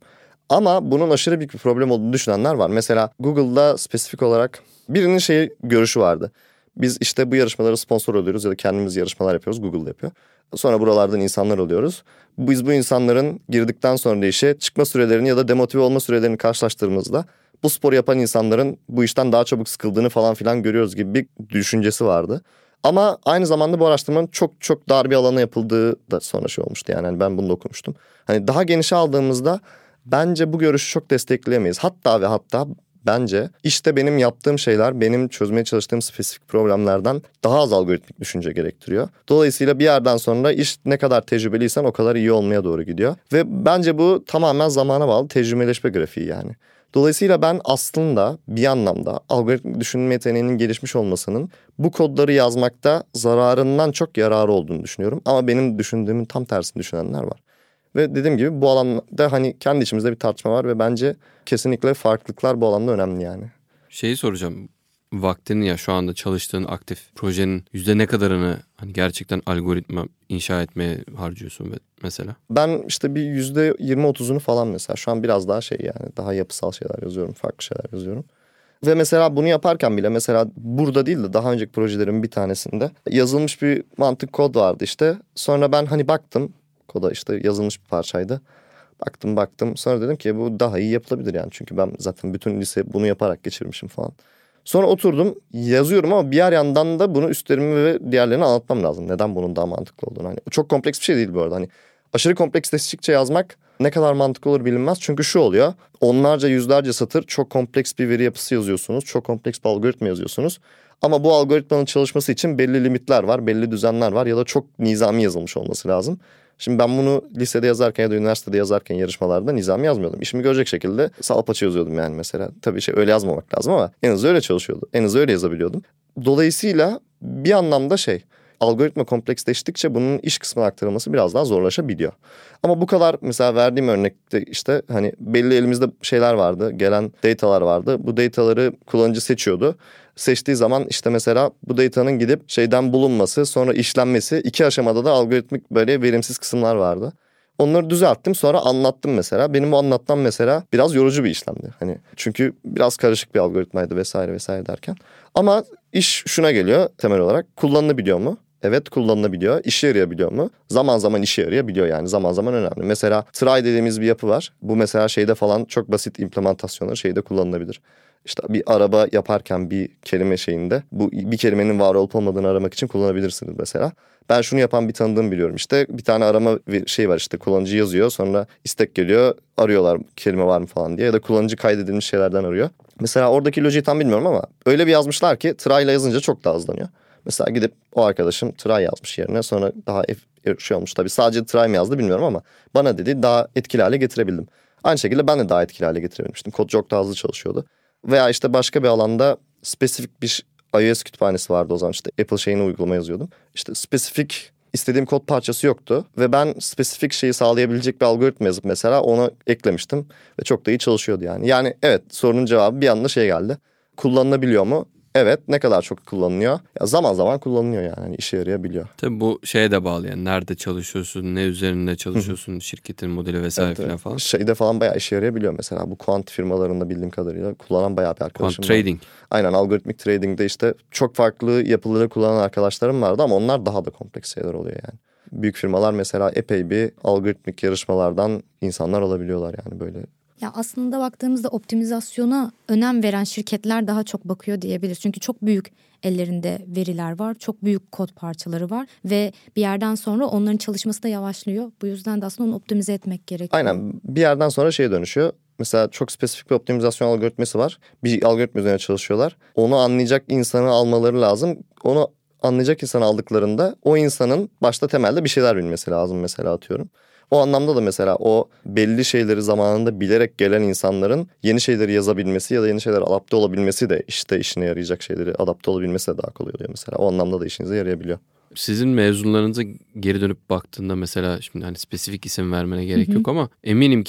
B: Ama bunun aşırı büyük bir problem olduğunu düşünenler var. Mesela Google'da spesifik olarak birinin görüşü vardı. Biz işte bu yarışmaları sponsor oluyoruz ya da kendimiz yarışmalar yapıyoruz. Google yapıyor. Sonra buralardan insanlar oluyoruz. Biz bu insanların girdikten sonra işe çıkma sürelerini ya da demotive olma sürelerini karşılaştırdığımızda bu sporu yapan insanların bu işten daha çabuk sıkıldığını falan filan görüyoruz gibi bir düşüncesi vardı. Ama aynı zamanda bu araştırmanın çok çok dar bir alana yapıldığı da sonra olmuştu. Yani ben bunu da okumuştum. Hani daha genişe aldığımızda bence bu görüşü çok destekleyemeyiz. Hatta ve hatta bence işte benim yaptığım şeyler benim çözmeye çalıştığım spesifik problemlerden daha az algoritmik düşünce gerektiriyor. Dolayısıyla bir yerden sonra iş ne kadar tecrübeliysen o kadar iyi olmaya doğru gidiyor. Ve bence bu tamamen zamana bağlı tecrübeleşme grafiği yani. Dolayısıyla ben aslında bir anlamda algoritmik düşünme yeteneğinin gelişmiş olmasının bu kodları yazmakta zararından çok yararı olduğunu düşünüyorum. Ama benim düşündüğümün tam tersini düşünenler var. Ve dediğim gibi bu alanda hani kendi içimizde bir tartışma var ve bence kesinlikle farklılıklar bu alanda önemli yani.
A: Şeyi soracağım. Vaktini ya şu anda çalıştığın aktif projenin ne kadarını hani gerçekten algoritma inşa etmeye harcıyorsun mesela?
B: Ben işte bir %20-30'unu falan mesela şu an biraz daha yani daha yapısal şeyler yazıyorum, farklı şeyler yazıyorum. Ve mesela bunu yaparken bile mesela burada değil de daha önceki projelerin bir tanesinde yazılmış bir mantık kod vardı işte. Sonra ben hani baktım koda işte yazılmış bir parçaydı. Baktım sonra dedim ki bu daha iyi yapılabilir yani. Çünkü ben zaten bütün lise bunu yaparak geçirmişim falan. Sonra oturdum yazıyorum ama bir yandan da bunu üstlerimi ve diğerlerine anlatmam lazım. Neden bunun daha mantıklı olduğunu. Hani çok kompleks bir şey değil bu arada. Hani aşırı kompleksleştikçe yazmak ne kadar mantıklı olur bilinmez. Çünkü şu oluyor. Onlarca yüzlerce satır çok kompleks bir veri yapısı yazıyorsunuz. Çok kompleks bir algoritma yazıyorsunuz. Ama bu algoritmanın çalışması için belli limitler var, belli düzenler var ya da çok nizami yazılmış olması lazım. Şimdi ben bunu lisede yazarken ya da üniversitede yazarken yarışmalarda nizami yazmıyordum. İşimi görecek şekilde salpaça yazıyordum yani mesela. Tabii öyle yazmamak lazım ama en azı öyle çalışıyordu. En azı öyle yazabiliyordum. Dolayısıyla bir anlamda algoritma kompleksleştikçe bunun iş kısmına aktarılması biraz daha zorlaşabiliyor. Ama bu kadar mesela verdiğim örnekte işte hani belli elimizde şeyler vardı, gelen datalar vardı. Bu dataları kullanıcı seçiyordu. Seçtiği zaman işte mesela bu datanın gidip bulunması, sonra işlenmesi, 2 aşamada da algoritmik böyle verimsiz kısımlar vardı. Onları düzelttim, sonra anlattım mesela. Benim bu anlatmam mesela biraz yorucu bir işlemdi. Hani çünkü biraz karışık bir algoritmaydı vesaire derken. Ama iş şuna geliyor temel olarak. Kullanılabiliyor mu? Evet, kullanılabiliyor. İşe yarayabiliyor mu? Zaman zaman işe yarayabiliyor yani. Zaman zaman önemli. Mesela try dediğimiz bir yapı var. Bu mesela falan çok basit implementasyonları kullanılabilir. İşte bir araba yaparken bir kelime bu bir kelimenin var olup olmadığını aramak için kullanabilirsiniz mesela. Ben şunu yapan bir tanıdığım biliyorum işte bir tane arama var işte kullanıcı yazıyor sonra istek geliyor arıyorlar kelime var mı falan diye ya da kullanıcı kaydedilmiş şeylerden arıyor. Mesela oradaki lojiyi tam bilmiyorum ama öyle bir yazmışlar ki try ile yazınca çok daha hızlanıyor. Mesela gidip o arkadaşım try yazmış yerine sonra daha olmuş tabii sadece try mi yazdı bilmiyorum ama bana dedi daha etkili hale getirebildim. Aynı şekilde ben de daha etkili hale getirebilmiştim. Kod çok daha hızlı çalışıyordu. Veya işte başka bir alanda spesifik bir iOS kütüphanesi vardı o zaman işte Apple uygulama yazıyordum. İşte spesifik istediğim kod parçası yoktu ve ben spesifik sağlayabilecek bir algoritma yazıp mesela ona eklemiştim ve çok da iyi çalışıyordu yani. Yani evet sorunun cevabı bir anda geldi. Kullanılabiliyor mu? Evet, ne kadar çok kullanılıyor? Ya zaman zaman kullanılıyor yani hani işe yarayabiliyor.
A: Tabii bu de bağlı yani nerede çalışıyorsun, ne üzerinde çalışıyorsun, şirketin modeli vesaire
B: evet.
A: falan.
B: Falan bayağı işe yarayabiliyor mesela bu quant firmalarında bildiğim kadarıyla kullanan bayağı bir arkadaşım
A: var. Quant trading.
B: Aynen algoritmik trading'de işte çok farklı yapıları kullanan arkadaşlarım vardı ama onlar daha da kompleks şeyler oluyor yani. Büyük firmalar mesela epey bir algoritmik yarışmalardan insanlar alabiliyorlar yani böyle.
C: Ya aslında baktığımızda optimizasyona önem veren şirketler daha çok bakıyor diyebiliriz. Çünkü çok büyük ellerinde veriler var, çok büyük kod parçaları var ve bir yerden sonra onların çalışması da yavaşlıyor. Bu yüzden de aslında onu optimize etmek gerekiyor.
B: Aynen bir yerden sonra dönüşüyor. Mesela çok spesifik bir optimizasyon algoritması var. Bir algoritma üzerine çalışıyorlar. Onu anlayacak insanı almaları lazım. Onu anlayacak insanı aldıklarında o insanın başta temelde bir şeyler bilmesi lazım mesela atıyorum. O anlamda da mesela o belli şeyleri zamanında bilerek gelen insanların yeni şeyleri yazabilmesi ya da yeni şeyler adapte olabilmesi de işte işine yarayacak şeyleri adapte olabilmesi de daha kolay oluyor mesela. O anlamda da işinize yarayabiliyor.
A: Sizin mezunlarınıza geri dönüp baktığında mesela şimdi hani spesifik isim vermene gerek yok ama eminim ki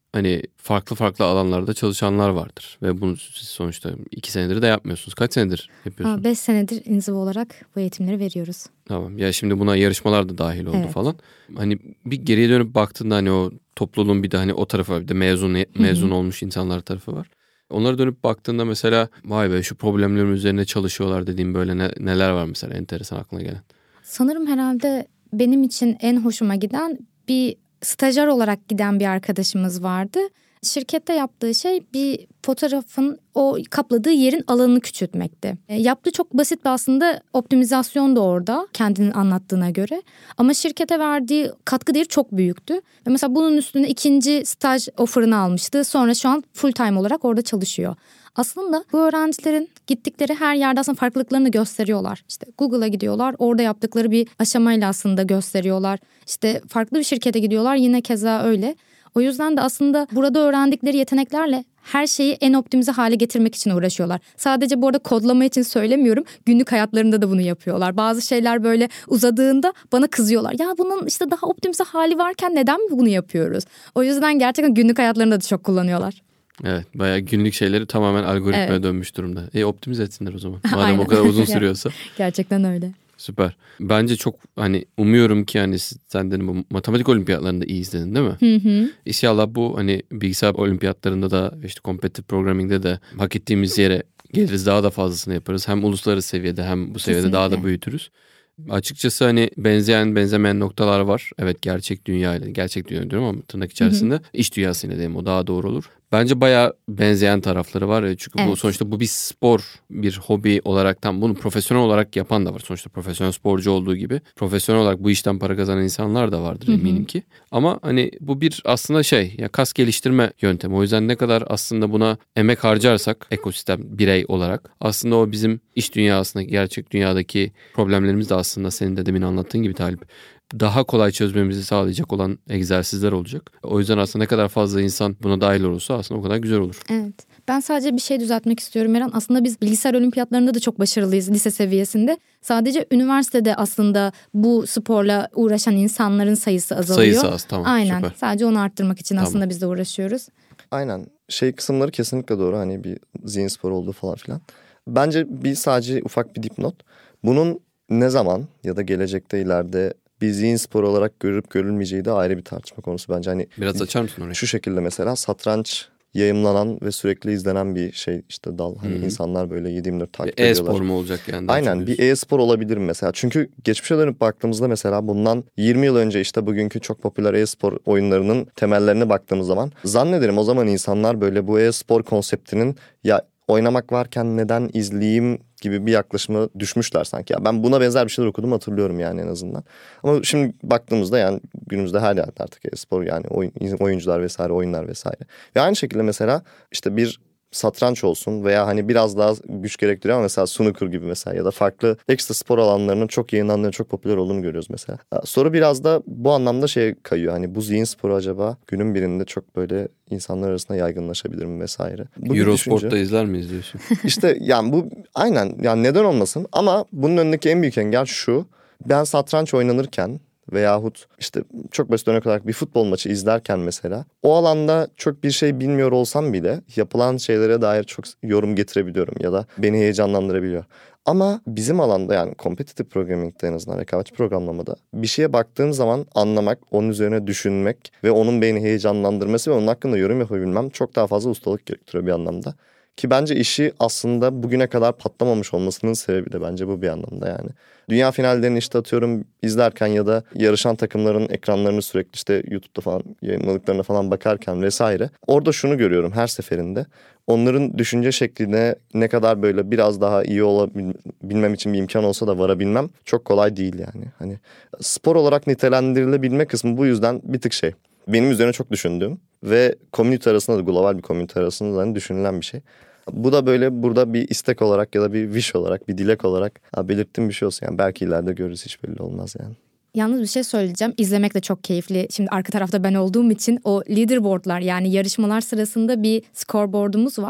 A: hani farklı alanlarda çalışanlar vardır. Ve bunu siz sonuçta 2 senedir de yapmıyorsunuz. Kaç senedir yapıyorsunuz?
C: 5 senedir inziva olarak bu eğitimleri veriyoruz.
A: Tamam. Ya şimdi buna yarışmalar da dahil oldu
C: Evet.
A: falan. Hani bir geriye dönüp baktığında hani o topluluğun bir de hani o tarafı var. Bir de mezun olmuş insanlar tarafı var. Onlara dönüp baktığında mesela vay be şu problemlerin üzerine çalışıyorlar dediğim böyle neler var mesela enteresan aklına gelen?
C: Sanırım herhalde benim için en hoşuma giden bir stajyer olarak giden bir arkadaşımız vardı. Şirkette yaptığı şey bir fotoğrafın o kapladığı yerin alanını küçültmekti. Yaptığı çok basit bir aslında optimizasyon da orada kendinin anlattığına göre. Ama şirkete verdiği katkı değeri çok büyüktü. Ve mesela bunun üstüne 2. staj offer'ını almıştı. Sonra şu an full time olarak orada çalışıyor. Aslında bu öğrencilerin gittikleri her yerde aslında farklılıklarını gösteriyorlar. İşte Google'a gidiyorlar, orada yaptıkları bir aşamayla aslında gösteriyorlar. İşte farklı bir şirkete gidiyorlar, yine keza öyle. O yüzden de aslında burada öğrendikleri yeteneklerle her şeyi en optimize hale getirmek için uğraşıyorlar. Sadece bu arada kodlama için söylemiyorum. Günlük hayatlarında da bunu yapıyorlar. Bazı şeyler böyle uzadığında bana kızıyorlar. Ya bunun işte daha optimize hali varken neden mi bunu yapıyoruz? O yüzden gerçekten günlük hayatlarında da çok kullanıyorlar.
A: Evet, bayağı günlük şeyleri tamamen algoritmaya
C: Evet.
A: dönmüş durumda. Optimize etsinler o zaman. Madem
C: Aynen.
A: o kadar uzun sürüyorsa.
C: Gerçekten öyle.
A: Süper. Bence çok hani umuyorum ki hani sen de bu matematik olimpiyatlarında iyi izledin değil mi?
C: Hı.
A: İnşallah bu hani bilgisayar olimpiyatlarında da işte competitive programming'de de hak ettiğimiz yere geliriz, daha da fazlasını yaparız. Hem uluslararası seviyede hem bu seviyede daha da
C: Kesinlikle.
A: büyütürüz. Açıkçası hani benzemeyen noktalar var. Evet, gerçek dünya ile, gerçek dünya diyorum ama tırnak içerisinde iş dünyasıyla diyeyim, o daha doğru olur. Bence bayağı benzeyen tarafları var. Çünkü bu sonuçta bu bir spor, bir hobi olarak tam bunu profesyonel olarak yapan da var. Sonuçta profesyonel sporcu olduğu gibi profesyonel olarak bu işten para kazanan insanlar da vardır eminim ki. Ama hani bu bir aslında ya kas geliştirme yöntemi. O yüzden ne kadar aslında buna emek harcarsak ekosistem birey olarak aslında o bizim iş dünyasında, gerçek dünyadaki problemlerimiz de aslında senin de demin anlattığın gibi Talip, daha kolay çözmemizi sağlayacak olan egzersizler olacak. O yüzden aslında ne kadar fazla insan buna dahil olursa aslında o kadar güzel olur.
C: Evet. Ben sadece bir şey düzeltmek istiyorum Eren. Aslında biz bilgisayar olimpiyatlarında da çok başarılıyız lise seviyesinde. Sadece üniversitede aslında bu sporla uğraşan insanların sayısı azalıyor.
A: Sayısı az, tamam.
C: Aynen.
A: Süper.
C: Sadece onu arttırmak için
A: Tamam.
C: aslında biz de uğraşıyoruz.
B: Aynen. Kısımları kesinlikle doğru. Hani bir zihin sporu olduğu falan filan. Bence sadece ufak bir dipnot. Bunun ne zaman ya da gelecekte ileride bir zihin sporu olarak görülüp görülmeyeceği de ayrı bir tartışma konusu bence. Hani
A: Biraz açar mısın orayı?
B: şu şekilde mesela satranç yayımlanan ve sürekli izlenen bir işte dal. Hani insanlar böyle 7/24 takip ediyorlar.
A: E-spor mu olacak yani?
B: Aynen, bir e-spor olabilir mesela. Çünkü geçmişe dönüp baktığımızda mesela bundan 20 yıl önce işte bugünkü çok popüler e-spor oyunlarının temellerine baktığımız zaman zannederim o zaman insanlar böyle bu e-spor konseptinin ya oynamak varken neden izleyeyim gibi bir yaklaşıma düşmüşler sanki. Ya ben buna benzer bir şeyler okudum, hatırlıyorum yani en azından. Ama şimdi baktığımızda yani günümüzde her yerde artık e-spor, yani oyuncular vesaire, oyunlar vesaire. Ve aynı şekilde mesela işte bir satranç olsun veya hani biraz daha güç gerektiriyor ama mesela snooker gibi mesela ya da farklı ekstra spor alanlarının çok yayınlandığını, çok popüler olduğunu görüyoruz mesela. Soru biraz da bu anlamda kayıyor. Hani bu zihin sporu acaba günün birinde çok böyle insanlar arasında yaygınlaşabilir mi vesaire.
A: Eurosport'ta izler miyiz diyorsun?
B: İşte yani bu aynen, yani neden olmasın, ama bunun önündeki en büyük engel şu: ben satranç oynanırken veyahut işte çok basit örnek olarak bir futbol maçı izlerken mesela o alanda çok bir şey bilmiyor olsam bile yapılan şeylere dair çok yorum getirebiliyorum ya da beni heyecanlandırabiliyor. Ama bizim alanda, yani competitive programming'de, en azından rekabetçi programlamada bir şeye baktığım zaman anlamak, onun üzerine düşünmek ve onun beni heyecanlandırması ve onun hakkında yorum yapabilmem çok daha fazla ustalık gerektiriyor bir anlamda. Ki bence işi aslında bugüne kadar patlamamış olmasının sebebi de bence bu bir anlamda yani. Dünya finallerini işte atıyorum izlerken ya da yarışan takımların ekranlarını sürekli işte YouTube'da falan yayınladıklarına falan bakarken vesaire, orada şunu görüyorum her seferinde: onların düşünce şekline ne kadar böyle biraz daha iyi olabilmem için bir imkan olsa da varabilmem çok kolay değil yani. Hani spor olarak nitelendirilebilme kısmı bu yüzden bir tık benim üzerine çok düşündüğüm ve komünite arasında da, global bir komünite arasında da düşünülen bir şey. Bu da böyle burada bir istek olarak ya da bir wish olarak, bir dilek olarak belirttiğim bir şey olsun. Yani belki ileride görürüz, hiç belli olmaz yani.
C: Yalnız bir şey söyleyeceğim. İzlemek de çok keyifli. Şimdi arka tarafta ben olduğum için o leaderboardlar, yani yarışmalar sırasında bir scoreboard'umuz var.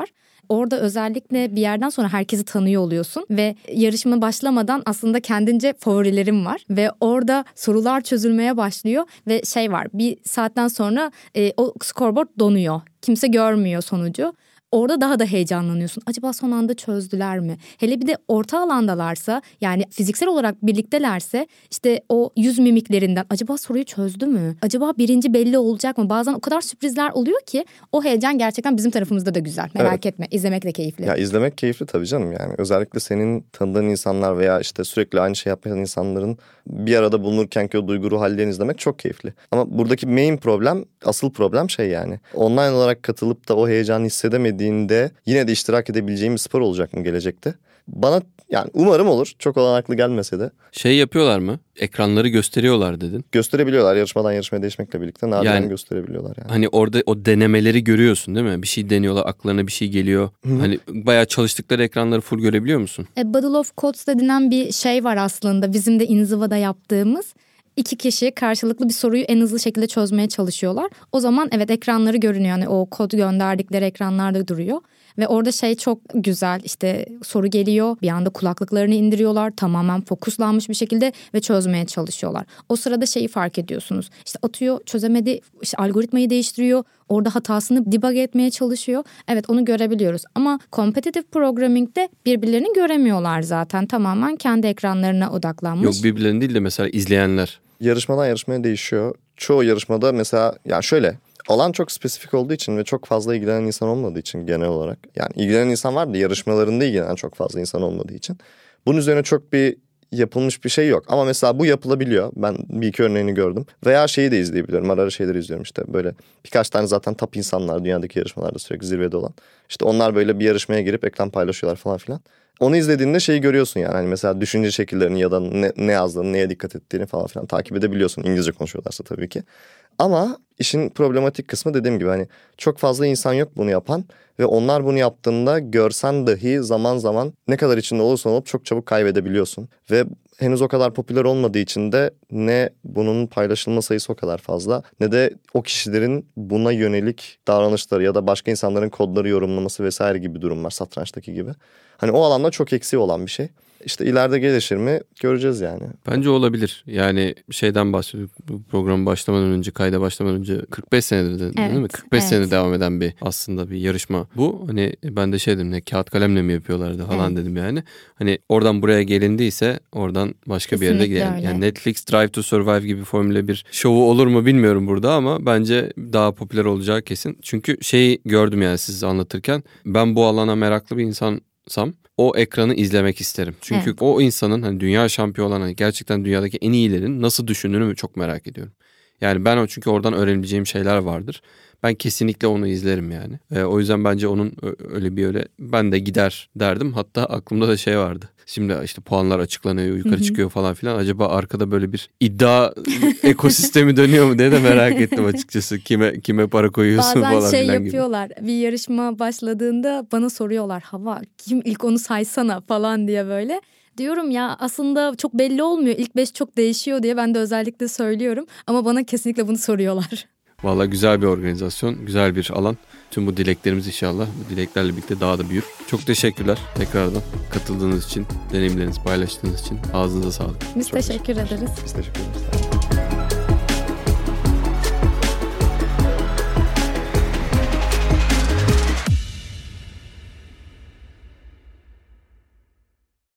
C: orada özellikle bir yerden sonra herkesi tanıyor oluyorsun ve yarışma başlamadan aslında kendince favorilerim var ve orada sorular çözülmeye başlıyor ve var, bir saatten sonra o scoreboard donuyor. Kimse görmüyor sonucu. Orada daha da heyecanlanıyorsun. Acaba son anda çözdüler mi? Hele bir de orta alandalarsa, yani fiziksel olarak birliktelerse işte o yüz mimiklerinden acaba soruyu çözdü mü? Acaba birinci belli olacak mı? Bazen o kadar sürprizler oluyor ki o heyecan gerçekten bizim tarafımızda da güzel. Merak etme. İzlemek de keyifli.
B: Ya izlemek keyifli tabii canım yani. Özellikle senin tanıdığın insanlar veya işte sürekli aynı şey yapan insanların bir arada bulunurkenki o duygu ruh hallerini izlemek çok keyifli. Ama buradaki main problem, asıl problem yani. Online olarak katılıp da o heyecanı hissedemediğinde yine de iştirak edebileceğim bir spor olacak mı gelecekte? Bana yani umarım olur. Çok olanaklı gelmese de.
A: Yapıyorlar mı? Ekranları gösteriyorlar dedin.
B: Gösterebiliyorlar. Yarışmadan yarışmaya değişmekle birlikte nadiren
A: yani,
B: gösterebiliyorlar yani.
A: Hani orada o denemeleri görüyorsun değil mi? Bir şey deniyorlar, akllarına bir şey geliyor. Hani bayağı çalıştıkları ekranları full görebiliyor musun?
C: Battle of Codes denilen bir var aslında. Bizim de inzivada yaptığımız. 2 kişi karşılıklı bir soruyu en hızlı şekilde çözmeye çalışıyorlar. O zaman evet, ekranları görünüyor. Yani o kod gönderdikleri ekranlarda duruyor. Ve orada çok güzel, işte soru geliyor, bir anda kulaklıklarını indiriyorlar, tamamen fokuslanmış bir şekilde ve çözmeye çalışıyorlar. O sırada fark ediyorsunuz, işte atıyor, çözemedi, işte algoritmayı değiştiriyor, orada hatasını debug etmeye çalışıyor. Evet, onu görebiliyoruz ama competitive programming'de birbirlerini göremiyorlar zaten, tamamen kendi ekranlarına odaklanmış.
A: Yok, birbirlerini değil de mesela izleyenler.
B: Yarışmadan yarışmaya değişiyor. Çoğu yarışmada mesela yani şöyle... Alan çok spesifik olduğu için ve çok fazla ilgilenen insan olmadığı için genel olarak. Yani ilgilenen insan var da yarışmalarında ilgilenen çok fazla insan olmadığı için. Bunun üzerine çok bir yapılmış bir şey yok. Ama mesela bu yapılabiliyor. Ben bir iki örneğini gördüm. Veya de izleyebiliyorum. Ara ara şeyleri izliyorum işte. Böyle birkaç tane zaten top insanlar dünyadaki yarışmalarda sürekli zirvede olan. İşte onlar böyle bir yarışmaya girip ekran paylaşıyorlar falan filan. Onu izlediğinde görüyorsun yani. Hani mesela düşünce şekillerini ya da ne yazdığını, neye dikkat ettiğini falan filan takip edebiliyorsun. İngilizce konuşuyorlarsa tabii ki. Ama işin problematik kısmı dediğim gibi hani çok fazla insan yok bunu yapan ve onlar bunu yaptığında görsen dahi zaman zaman ne kadar içinde olursan olup çok çabuk kaybedebiliyorsun. Ve henüz o kadar popüler olmadığı için de ne bunun paylaşılma sayısı o kadar fazla ne de o kişilerin buna yönelik davranışları ya da başka insanların kodları yorumlaması vesaire gibi durumlar, satrançtaki gibi. Hani o alanda çok eksiği olan bir şey. İşte ileride gelişir mi göreceğiz yani.
A: Bence olabilir. Yani şeyden bahsediyoruz. Bu programı başlamadan önce, kayda başlamadan önce 45 senedir değil mi? 45 sene devam eden aslında bir yarışma. Bu hani ben de dedim, ne kağıt kalemle mi yapıyorlardı falan dedim yani. Hani oradan buraya gelindiyse oradan başka bir yerde gidelim. Yani Netflix Drive to Survive gibi Formula 1 şovu olur mu bilmiyorum burada ama bence daha popüler olacağı kesin. Çünkü gördüm yani siz anlatırken, ben bu alana meraklı bir insansam o ekranı izlemek isterim. Çünkü o insanın hani dünya şampiyonu olan, gerçekten dünyadaki en iyilerin nasıl düşündüğünü çok merak ediyorum. Yani ben çünkü oradan öğrenebileceğim şeyler vardır. Ben kesinlikle onu izlerim yani. O yüzden bence onun öyle ben de gider derdim. Hatta aklımda da vardı. Şimdi işte puanlar açıklanıyor, yukarı çıkıyor falan filan. Acaba arkada böyle bir iddia ekosistemi dönüyor mu diye de merak ettim açıkçası. Kime para koyuyorsun
C: bazen
A: falan filan
C: yapıyorlar.
A: Gibi.
C: Bir yarışma başladığında bana soruyorlar, Hava kim ilk onu saysana falan diye böyle. Diyorum ya, aslında çok belli olmuyor. İlk 5 çok değişiyor diye ben de özellikle söylüyorum. Ama bana kesinlikle bunu soruyorlar.
A: Vallahi güzel bir organizasyon, güzel bir alan. Tüm bu dileklerimiz inşallah bu dileklerle birlikte daha da büyür. Çok teşekkürler tekrardan katıldığınız için, deneyimlerinizi paylaştığınız için. Ağzınıza sağlık.
C: Biz teşekkür ederiz.
B: Biz teşekkür ederiz.